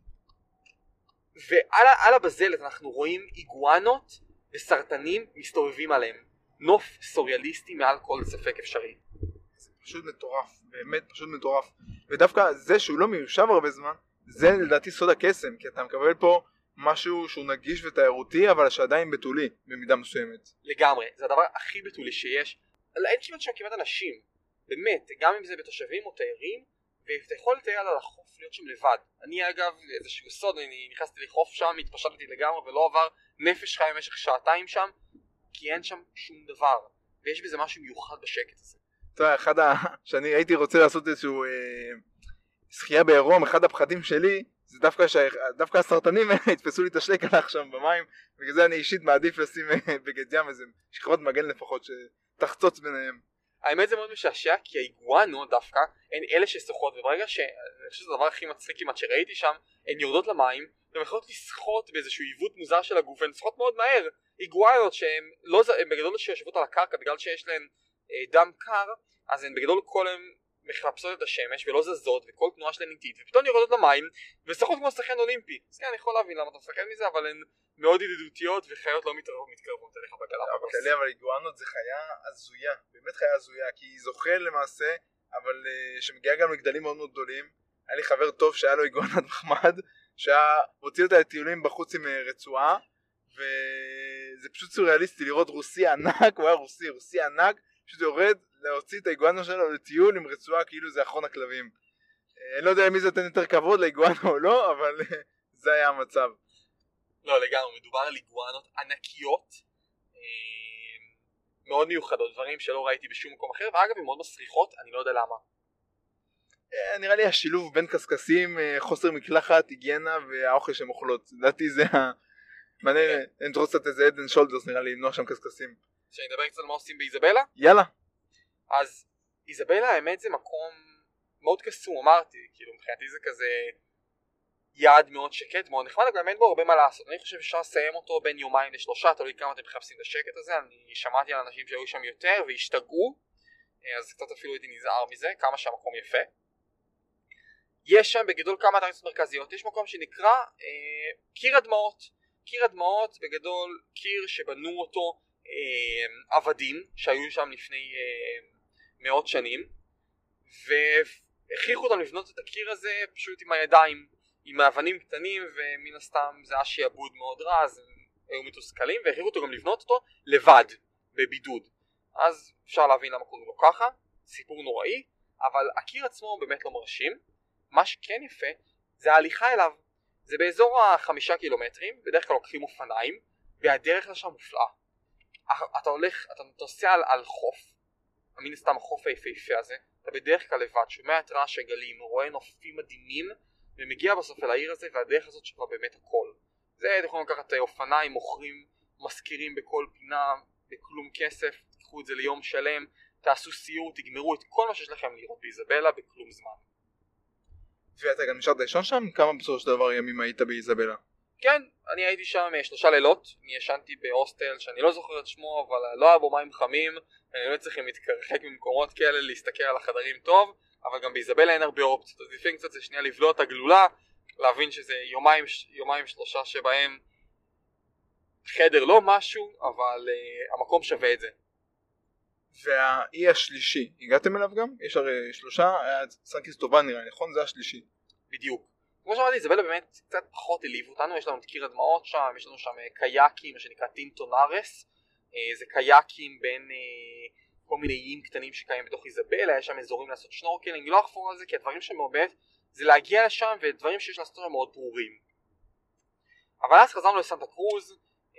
ועל הבזלת אנחנו רואים איגואנות וסרטנים מסתובבים עליהם. נוף סוריאליסטי מעל כל ספק אפשרי. זה פשוט מטורף, באמת פשוט מטורף. ודווקא זה שהוא לא מיושב הרבה זמן, זה לדעתי סוד הקסם, כי אתה מקבל פה משהו שהוא נגיש ותיירותי, אבל שעדיין בתולי במידה מסוימת. לגמרי, זה הדבר הכי בתולי שיש. אין כמעט שם כמעט אנשים, באמת, גם אם זה בתושבים או תיירים, ואתה יכול לטייל על החוף להיות שם לבד. אני אגב, איזשהו סוד, אני נכנסתי לחוף שם, התפשטתי לגמרי ולא עבר נפש חי במשך שעתיים שם, כי אין שם שום דבר, ויש בזה משהו מיוחד בשקט הזה. אתה יודע, אחד ה... שאני הייתי רוצה לעשות איזשהו אה, שחייה בעירום, אחד הפחדים שלי, זה דווקא, ש... דווקא הסרטנים התפסו לי את השלייקלח שם במים, בגלל זה אני אישית מעדיף לשים בגד ים איזה שכבות מגן לפחות שתחצוץ ביניהם. האמת זה מאוד משעשע, כי האיגואנות דווקא הן אלה ששוחות, וברגע ש... אני חושב שזה הדבר הכי מצחיק כמעט שראיתי שם, הן יורדות למים, והן יכולות לשחות באיזשהו עיוות מוזר של הגוף, והן לשחות מאוד מהר. איגואנות שהן לא... הן בגדול שיושבות על הקרקע, בגלל שיש להן אה, דם קר, אז הן בגדול כל הן מחפשות את השמש ולא זזות, וכל תנועה שלהן איטית, ופתאום יורדות למים, ושחות כמו שחקן אולימפי. אז כן, אני יכול להבין למה אתה מפחד מזה, אבל הן מאוד ידידותיות, וחיות לא מתקרבות אליך בגלפגוס. אבל איגואנות זה חיה הזויה, באמת חיה הזויה, כי היא זוכה למעשה אבל uh, שמגיעה גם לגדלים מאוד מאוד גדולים. היה לי חבר טוב שהיה לו איגואנת מחמד, שהיה הוציא אותה לטיולים בחוץ עם רצועה, וזה פשוט סוריאליסטי לראות רוסי ענק, הוא היה רוסי, רוסי ענק, פשוט יורד להוציא את האיגואנה שלו לטיול עם רצועה כאילו זה אחרון הכלבים. אני לא יודע למי זה נותן יותר כבוד, לאיגואנה או לא, אבל זה היה המצב. לא, לגמרי, מדובר על איגואנות ענקיות, מאוד מיוחדות, דברים שלא ראיתי בשום מקום אחר, ואגב הן מאוד מסריחות, אני לא יודע למה. נראה לי השילוב בין קסקסים, חוסר מקלחת, היגיינה והאוכל שהן אוכלות. לדעתי זה מעניין, אני תרוץ קצת איזה עדן שולדרס נראה לי למנוע שם קסקסים. שאני אדבר קצת על מה עושים באיזבלה? יאללה. אז איזבלה האמת זה מקום מאוד קסום, אמרתי, כאילו מבחינתי זה כזה יעד מאוד שקט, מאוד נחמד, אבל אין בו הרבה מה לעשות. אני חושב שאפשר לסיים אותו בין יומיים לשלושה, תלוי כמה אתם מחפשים את השקט הזה. אני שמעתי על אנשים שהיו שם יותר והשתגעו, אז קצת אפילו הייתי נזהר מזה, כמה שהמקום יפה. יש שם בגדול כמה אטרקציות מרכזיות. יש מקום שנקרא אה, קיר הדמעות. קיר הדמעות בגדול קיר שבנו אותו אה, עבדים שהיו שם לפני אה, מאות שנים, והכריחו אותם לבנות את הקיר הזה פשוט עם הידיים, עם האבנים קטנים, ומן הסתם זה היה שיעבוד מאוד רע, אז הם היו מתוסכלים, והכריחו אותו גם לבנות אותו לבד, בבידוד. אז אפשר להבין למה קוראים לו ככה, סיפור נוראי, אבל הקיר עצמו באמת לא מרשים. מה שכן יפה זה ההליכה אליו. זה באזור החמישה קילומטרים, בדרך כלל לוקחים אופניים, והדרך לשם מופלאה. אתה הולך, אתה נוסע על, על חוף, מן הסתם החוף היפהפה הזה, אתה בדרך כלל לבד, שומע את רעש הגלים, רואה נופים מדהימים, ומגיע בסוף אל העיר הזה, והדרך הזאת שווה באמת הכל. זה אתם יכולים לקחת אופניים, מוכרים, מזכירים בכל פינה, בכלום כסף, תיקחו את זה ליום שלם, תעשו סיור, תגמרו את כל מה שיש לכם לראות באיזבלה בכלום זמן. ואתה גם נשארת לישון שם? כמה בסופו של דבר ימים היית באיזבלה? כן, אני הייתי שם שלושה לילות, אני ישנתי בהוסטל שאני לא זוכר את שמו, אבל לא היה בו מים חמים, אני לא צריכים להתרחק ממקומות כאלה, להסתכל על החדרים טוב, אבל גם באיזבלה אין הרבה אופציות, אז לפעמים קצת זה שנייה לבלוע את הגלולה, להבין שזה יומיים, יומיים שלושה שבהם חדר לא משהו, אבל uh, המקום שווה את זה. והאי השלישי, הגעתם אליו גם? יש הרי שלושה, היה סן קריסטובל נראה, נכון? זה השלישי. בדיוק. כמו שאמרתי, איזבלה באמת קצת פחות הליב אותנו, יש לנו את קיר הדמעות שם, יש לנו שם קייקים, מה שנקרא טינטונרס, זה קייקים בין כל מיני איים קטנים שקיים בתוך איזבלה, יש שם אזורים לעשות שנורקלינג, לא אחפור על זה, כי הדברים שם באמת זה להגיע לשם, ודברים שיש לעשות שם מאוד ברורים. אבל אז חזרנו לסנטה קרוז,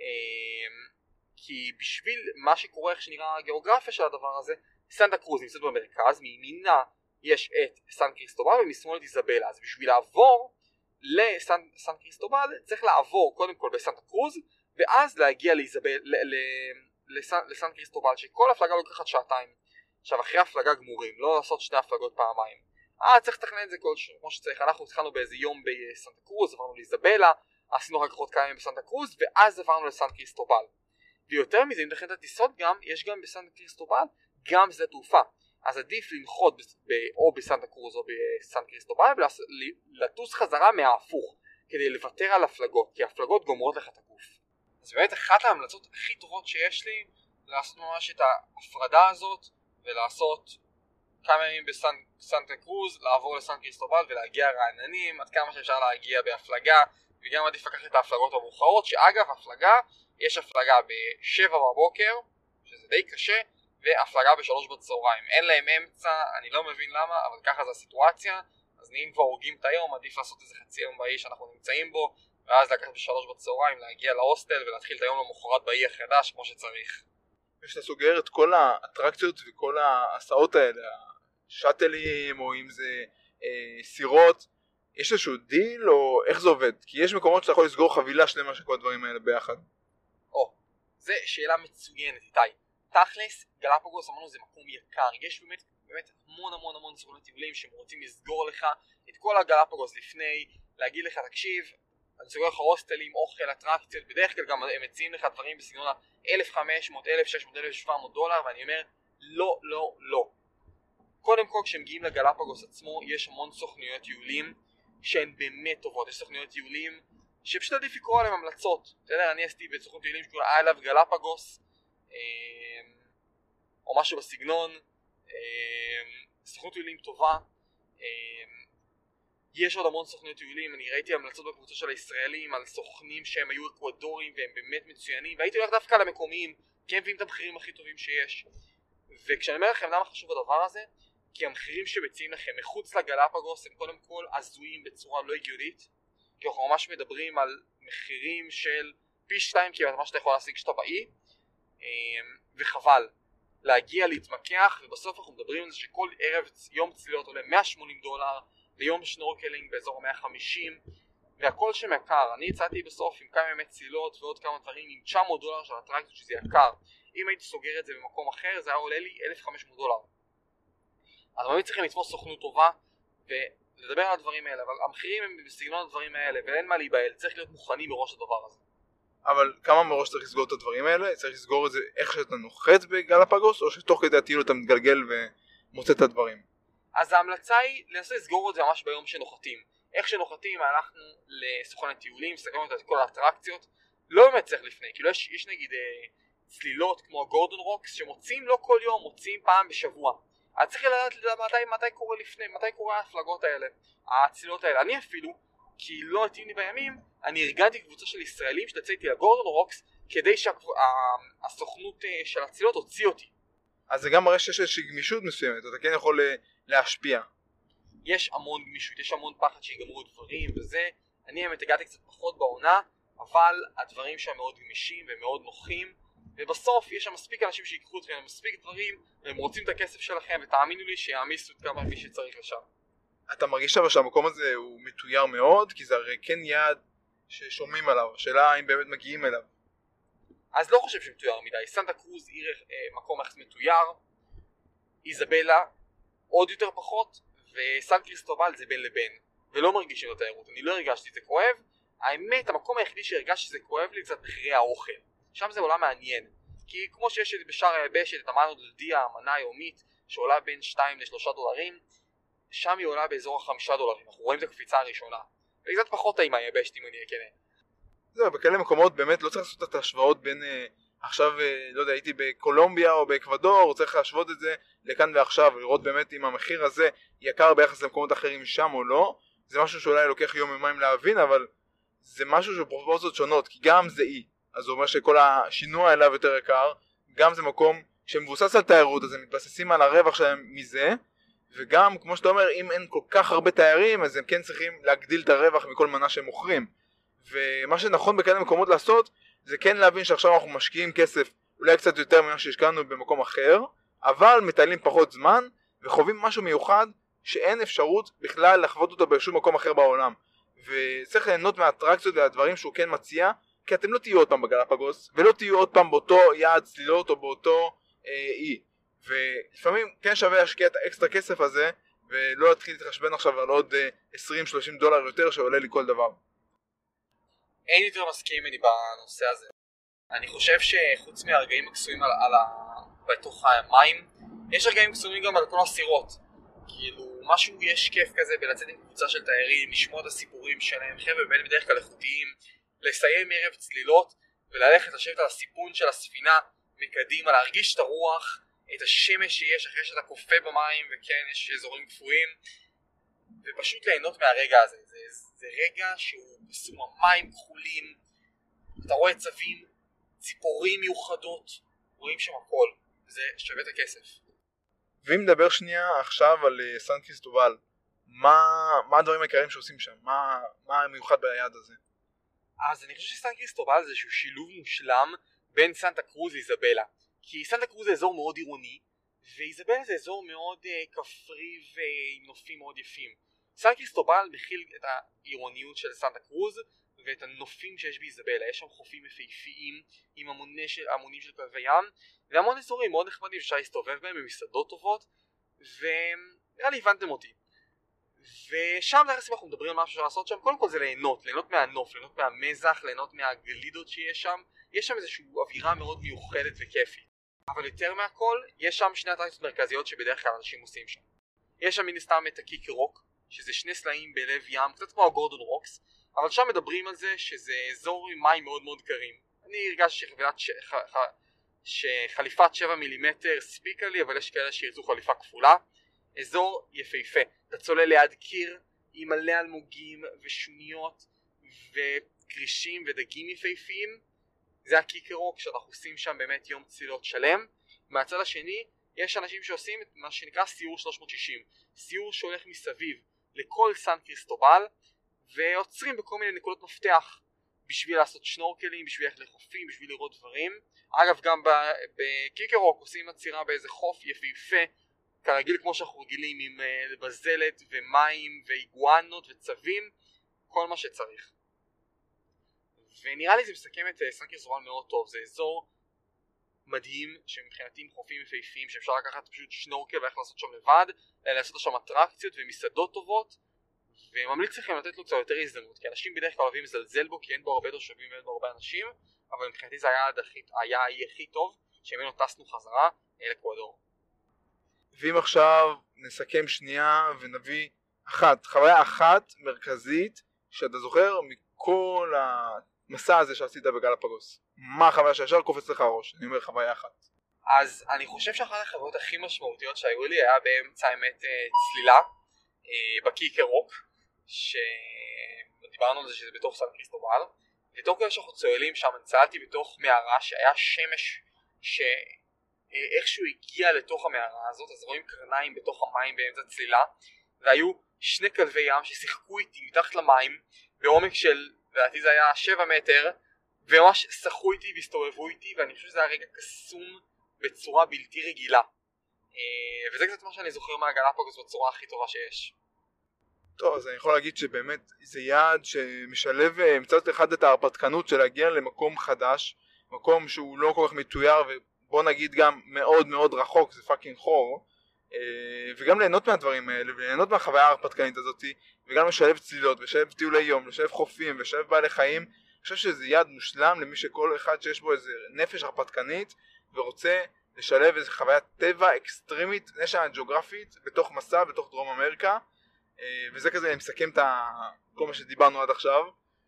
כי בשביל מה שקורה, איך שנראה הגיאוגרפיה של הדבר הזה, סנטה קרוז נמצאת במרכז, מימינה יש את סן קריסטובל ומשמאל את איזבלה, אז בשביל לעבור לסן סן קריסטובל צריך לעבור קודם כל בסנטה קרוז, ואז להגיע לאיזבל, ל, ל, לסן, לסן קריסטובל, שכל הפלגה לוקחת שעתיים. עכשיו אחרי הפלגה גמורים, לא לעשות שתי הפלגות פעמיים. אה, צריך לתכנן את זה כל ש... כמו שצריך. אנחנו התחלנו באיזה יום בסנטה קרוז, עברנו לאיזבלה, עשינו רק עוד כמה ימים בסנטה קרוז, ואז עברנו לסן קריסטובל. ויותר מזה, אם תכנן את הטיסות גם, יש גם בסנטה קריסטובל גם שדה תעופה. אז עדיף לנחות ב- או בסנטה קרוז או בסן קריסטובל ולטוס חזרה מההפוך כדי לוותר על הפלגות, כי הפלגות גומרות לך את הגוף. אז באמת אחת ההמלצות הכי טובות שיש לי לעשות ממש את ההפרדה הזאת ולעשות כמה ימים בסנטה קרוז, לעבור לסן קריסטובל ולהגיע רעננים עד כמה שאפשר להגיע בהפלגה, וגם עדיף לקחת את ההפלגות המאוחרות, שאגב הפלגה, יש הפלגה בשבע בבוקר שזה די קשה, והפלגה בשלוש בצהריים. אין להם אמצע, אני לא מבין למה, אבל ככה זה הסיטואציה. אז אם כבר הורגים את היום, עדיף לעשות איזה חצי יום באי שאנחנו נמצאים בו, ואז לקחת בשלוש בצהריים, להגיע להוסטל ולהתחיל את היום למחרת באי החדש כמו שצריך. כשאתה סוגר את כל האטרקציות וכל ההסעות האלה, שאטלים או אם זה אה, סירות, יש איזשהו דיל או איך זה עובד? כי יש מקומות שאתה יכול לסגור חבילה שלמה של כל הדברים האלה ביחד. או, זו שאלה מצוינת איתי. תכלס, גלאפגוס אמרנו זה מקום יקר, יש באמת, באמת המון המון המון סוכני טיולים שהם רוצים לסגור לך את כל הגלאפגוס לפני, להגיד לך תקשיב, אני סוגר לך הוסטלים, אוכל, אטרקציות, בדרך כלל גם הם מציעים לך דברים בסגנון ה-אלף וחמש מאות, אלף ושש מאות, אלף ושבע מאות דולר, ואני אומר לא, לא, לא. קודם כל כשמגיעים לגלאפגוס עצמו יש המון סוכנויות טיולים שהן באמת טובות, יש סוכנויות טיולים שפשוט עדיף לקרוא עליהם המלצות, בסדר? אני עשיתי בסוכנות טיולים שקוראים I love גלאפגוס או משהו בסגנון, סוכנות טיולים טובה. יש עוד המון סוכנויות טיולים, אני ראיתי המלצות בקבוצה של הישראלים על סוכנים שהם היו אקוודורים והם באמת מצוינים, והייתי הולך דווקא למקומיים, כי הם מביאים את המחירים הכי טובים שיש. וכשאני אומר לכם למה חשוב הדבר הזה, כי המחירים שמציעים לכם מחוץ לגלאפגוס הם קודם כל הזויים בצורה לא הגיונית, כי אנחנו ממש מדברים על מחירים של פי שתיים כמעט מה שאתה יכול להשיג כשאתה באי, וחבל להגיע להתמקח, ובסוף אנחנו מדברים על זה שכל ערב יום צלילות עולה מאה ושמונים דולר, ויום שנורקלינג באזור מאה וחמישים, והכל שם יקר. אני הצעתי בסוף עם כמה ימי צלילות ועוד כמה דברים עם תשע מאות דולר של אטרקציות שזה יקר. אם הייתי סוגר את זה במקום אחר זה היה עולה לי אלף וחמש מאות דולר. אז באמת צריכים לתפוס סוכנות טובה ולדבר על הדברים האלה, אבל המחירים הם בסגנון הדברים האלה ואין מה להיבהל, צריך להיות מוכנים מראש הדבר הזה. אבל כמה מראש צריך לסגור את הדברים האלה? צריך לסגור את זה איך שאתה נוחת בגלאפגוס, או שתוך כדי הטיול אתה מתגלגל ומוצא את הדברים? אז ההמלצה היא לנסות לסגור את זה ממש ביום שנוחתים. איך שנוחתים הלכנו לסוכן הטיולים, סגרנו את כל האטרקציות, לא באמת צריך לפני, כאילו יש, יש נגיד אה, צלילות כמו גורדון רוקס שמוצאים לא כל יום, מוצאים פעם בשבוע. אז צריך לדעת מתי, מתי קורה לפני, מתי קורה ההפלגות האלה, הצלילות האלה. אני אפילו, כי לא התאים לי בימים, אני ארגנתי קבוצה של ישראלים שתצא איתי לגורדון רוקס כדי שהסוכנות שה, של הצלילות הוציא אותי. אז זה גם מראה שיש איזושהי גמישות מסוימת, אתה כן יכול להשפיע. יש המון גמישות, יש המון פחד שיגמרו דברים וזה. אני האמת הגעתי קצת פחות בעונה, אבל הדברים שם מאוד גמישים ומאוד נוחים, ובסוף יש שם מספיק אנשים שיקחו אתכם מספיק דברים, והם רוצים את הכסף שלכם, ותאמינו לי שיעמיסו את כמה מי שצריך לשם. אתה מרגיש אבל שהמקום הזה הוא מתויר מאוד, כי זה הרי כן יעד ששומעים עליו, השאלה האם באמת מגיעים אליו. אז לא חושב שמתויר מדי. סנטה קרוז עיר אה, מקום יחסית מתויר, איזבלה עוד יותר פחות, וסן קריסטובל זה בין לבין, ולא מרגישים את התיירות. אני לא הרגשתי את זה כואב. האמת, המקום היחידי שהרגשתי שזה כואב לי קצת מחירי האוכל. שם זה עולה מעניין, כי כמו שיש בשאר היבשת את המנו דלדיה, המנה היומית שעולה בין שתיים לשלושה דולרים, שם היא עולה באזור החמישה דולרים. אנחנו רואים את הקפיצה הראשונה, וזה קצת פחות טעים היבשת אם אני אכנה. זהו, בכאלה מקומות באמת לא צריך לעשות את ההשוואות בין אה, עכשיו, אה, לא יודע, הייתי בקולומביה או באקוודור, צריך להשוות את זה לכאן ועכשיו, לראות באמת אם המחיר הזה יקר ביחס למקומות אחרים שם או לא. זה משהו שאולי לוקח יום יומיים להבין, אבל זה משהו שפרופורציות שונות, כי גם זה אי, אז זה אומר שכל השינוע אליו יותר יקר, גם זה מקום שמבוסס על תיירות, אז הם מתבססים על הרווח שלהם מזה, וגם כמו שאתה אומר, אם אין כל כך הרבה תיירים, אז הם כן צריכים להגדיל את הרווח מכל מנה שהם מוכרים. ומה שנכון בכאלה מקומות לעשות, זה כן להבין שעכשיו אנחנו משקיעים כסף אולי קצת יותר ממה שהשקענו במקום אחר, אבל מטיילים פחות זמן, וחווים משהו מיוחד שאין אפשרות בכלל לחוות אותו בשום מקום אחר בעולם. וצריך ליהנות מהאטרקציות והדברים שהוא כן מציע, כי אתם לא תהיו עוד פעם בגלאפגוס, ולא תהיו עוד פעם באותו יעד צלילות או באותו אה, אי. ולפעמים כן שווה להשקיע את האקסטרה כסף הזה, ולא להתחיל להתחשבן עכשיו על עוד אה, עשרים שלושים דולר יותר שעולה לי כל דבר. אין יותר מסכים ממני בנושא הזה. אני חושב שחוץ מהרגעים הקסומים על, על ה... בתוך המים, יש רגעים קסומים גם על כל הסירות. כאילו, משהו יש כיף כזה בלצאת עם קבוצה של תיירים, לשמוע את הסיפורים שלהם, חבר'ה באמת בדרך כלל איכותיים, לסיים ערב צלילות וללכת לשבת על הסיפון של הספינה מקדימה, להרגיש את הרוח, את השמש שיש אחרי שאתה קופה במים, וכן, יש אזורים קפואים, ופשוט ליהנות מהרגע הזה. זה, זה רגע שהוא בסום המים כחולים, אתה רואה צבים, ציפורים מיוחדות, רואים שם הכל, וזה שווה את הכסף. ואם נדבר שנייה עכשיו על סן קריסטובל, מה, מה הדברים העיקריים שעושים שם? מה, מה המיוחד ביעד הזה? אז אני חושב שסן קריסטובל זה איזשהו שילוב מושלם בין סנטה קרוז לאיזבלה. כי סנטה קרוז זה אזור מאוד עירוני, ואיזבלה זה אזור מאוד uh, כפרי ועם נופים מאוד יפים. סן קריסטובל מכיל את העירוניות של סנטה קרוז ואת הנופים שיש באיזבלה. יש שם חופים יפהפיים עם המוני של, המונים של כלבי ים, והמון אזורים מאוד נחמדים שאפשר להסתובב בהם במסעדות טובות, ונראה לי הבנתם אותי. ושם דרך הסיבה אנחנו מדברים על משהו שאפשר לעשות שם. קודם כל זה ליהנות, ליהנות מהנוף, ליהנות מהמזח, ליהנות מהגלידות שיש שם. יש שם איזושהי אווירה מאוד מיוחדת וכיפית. אבל יותר מהכל, יש שם שני אטרקציות מרכזיות שבדרך כלל אנשים עושים שם. יש שם מן הסתם את הקיק רוק, שזה שני סלעים בלב ים, קצת כמו הגורדון רוקס, אבל שם מדברים על זה שזה אזור עם מים מאוד מאוד קרים. אני הרגשתי שחבילת ש... ח... ח... שחליפת שבע מילימטר הספיקה לי, אבל יש כאלה שירצו חליפה כפולה. אזור יפהפה. אתה צולל ליד קיר עם מלא אלמוגים ושוניות וקרישים ודגים יפהפיים. זה הקיקרוק שאנחנו עושים שם באמת יום צלילות שלם. מהצד השני יש אנשים שעושים את מה שנקרא סיור שלוש מאות שישים, סיור שהולך מסביב לכל סן קריסטובל ועוצרים בכל מיני נקודות מפתח בשביל לעשות שנורקלים, בשביל ללכת לחופים, בשביל לראות דברים. אגב, גם בקיקרוק עושים עצירה באיזה חוף יפהפה כרגיל כמו שאנחנו רגילים, עם בזלת ומים ואיגואנות וצבים, כל מה שצריך. ונראה לי זה מסכם את סן קריסטובל מאוד טוב. זה אזור מדהים שמבחינתי עם חופים יפהפיים שאפשר לקחת פשוט שנורקל ואיך לעשות שם לבד, לעשות שם אטרקציות ומסעדות טובות, וממליץ לכם לתת לו קצת יותר הזדמנות, כי אנשים בדרך כלל אוהבים לזלזל בו כי אין בו הרבה תושבים ואין בו הרבה אנשים, אבל מבחינתי זה היה היה האי הכי טוב שממנו טסנו חזרה לאקוודור. ואם עכשיו נסכם שנייה ונביא אחת, חוויה אחת מרכזית שאתה זוכר מכל המסע הזה שעשית בגלפגוס, מה החוויה שישר קופץ לך הראש? אני אומר חוויה אחת. אז אני חושב שאחת החוויות הכי משמעותיות שהיו לי היה באמצע האמת צלילה בקיקרוק, שדיברנו על זה שזה בתוך סן קריסטובל, ותוך כדי שאנחנו צוללים שם צללתי בתוך מערה שהיה שמש שאיכשהו הגיע לתוך המערה הזאת, אז רואים קרניים בתוך המים באמצע צלילה, והיו שני כלבי ים ששיחקו איתי מתחת למים בעומק של, לדעתי זה היה שבע מטר, וממש שחו איתי והסתובבו איתי, ואני חושב שזה היה רגע קסום בצורה בלתי רגילה. וזה קצת מה שאני זוכר מהגלפגוס בצורה הכי טובה שיש. טוב, אז אני יכול להגיד שבאמת זה יעד שמשלב מצד אחד את ההרפתקנות של להגיע למקום חדש, מקום שהוא לא כל כך מתויר ובוא נגיד גם מאוד מאוד רחוק, זה פאקינג חור, וגם ליהנות מהדברים האלה וליהנות מהחוויה ההרפתקנית הזאת, וגם לשלב צלילות ושלב טיולי יום, לשלב חופים ושלב בעלי חיים. אני חושב שזה יעד מושלם למי שכל אחד שיש בו איזה נפש הרפתקנית ורוצה לשלב איזה חוויית טבע אקסטרימית, נשע גיאוגרפית בתוך מסע, בתוך דרום אמריקה. וזה כזה אני מסכם את כל מה שדיברנו עד עכשיו.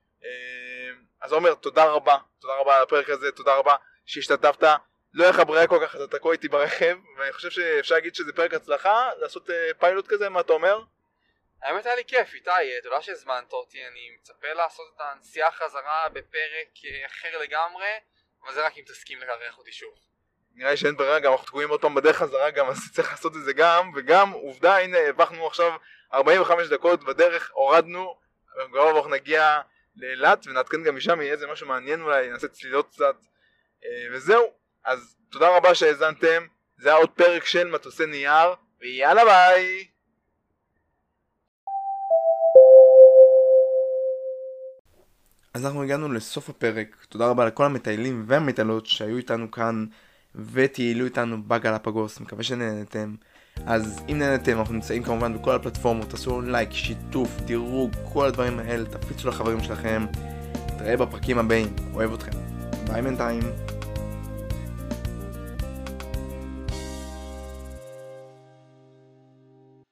אז עומר, תודה רבה, תודה רבה על הפרק הזה, תודה רבה שהשתתפת. לא היה לך ברירה כל כך, אתה תקוע איתי ברכב, ואני חושב שאפשר להגיד שזה פרק הצלחה, לעשות פיילוט כזה, מה אתה אומר? האמת היה לי כיף, איתי, תודה שהזמנת אותי, אני מצפה לעשות את הנסיעה חזרה בפרק אחר לגמרי, אבל זה רק אם תסכים לקרח אותי שוב. נראה לי שאין ברירה, גם אנחנו תקועים עוד פעם בדרך חזרה, גם אז צריך לעשות את זה גם, וגם עובדה, הנה, הבחנו עכשיו ארבעים וחמש דקות בדרך, הורדנו, כבר אנחנו נגיע לאילת, ונעדכן גם משם, יהיה איזה משהו מעניין אולי, נעשה צלילות קצת, וזהו. אז תודה רבה שהאזנתם, זה היה עוד פרק של מטוסי נייר, ויאללה ביי! אז אנחנו הגענו לסוף הפרק. תודה רבה לכל המטיילים והמטיילות שהיו איתנו כאן וטיילו איתנו בגלפגוס, מקווה שנהנתם. אז אם נהנתם, אנחנו נמצאים כמובן בכל הפלטפורמות, תעשו לייק, שיתוף, דירוג, כל הדברים האלה, תפיצו לחברים שלכם. נתראה בפרקים הבאים, אוהב אתכם, ביי בינתיים.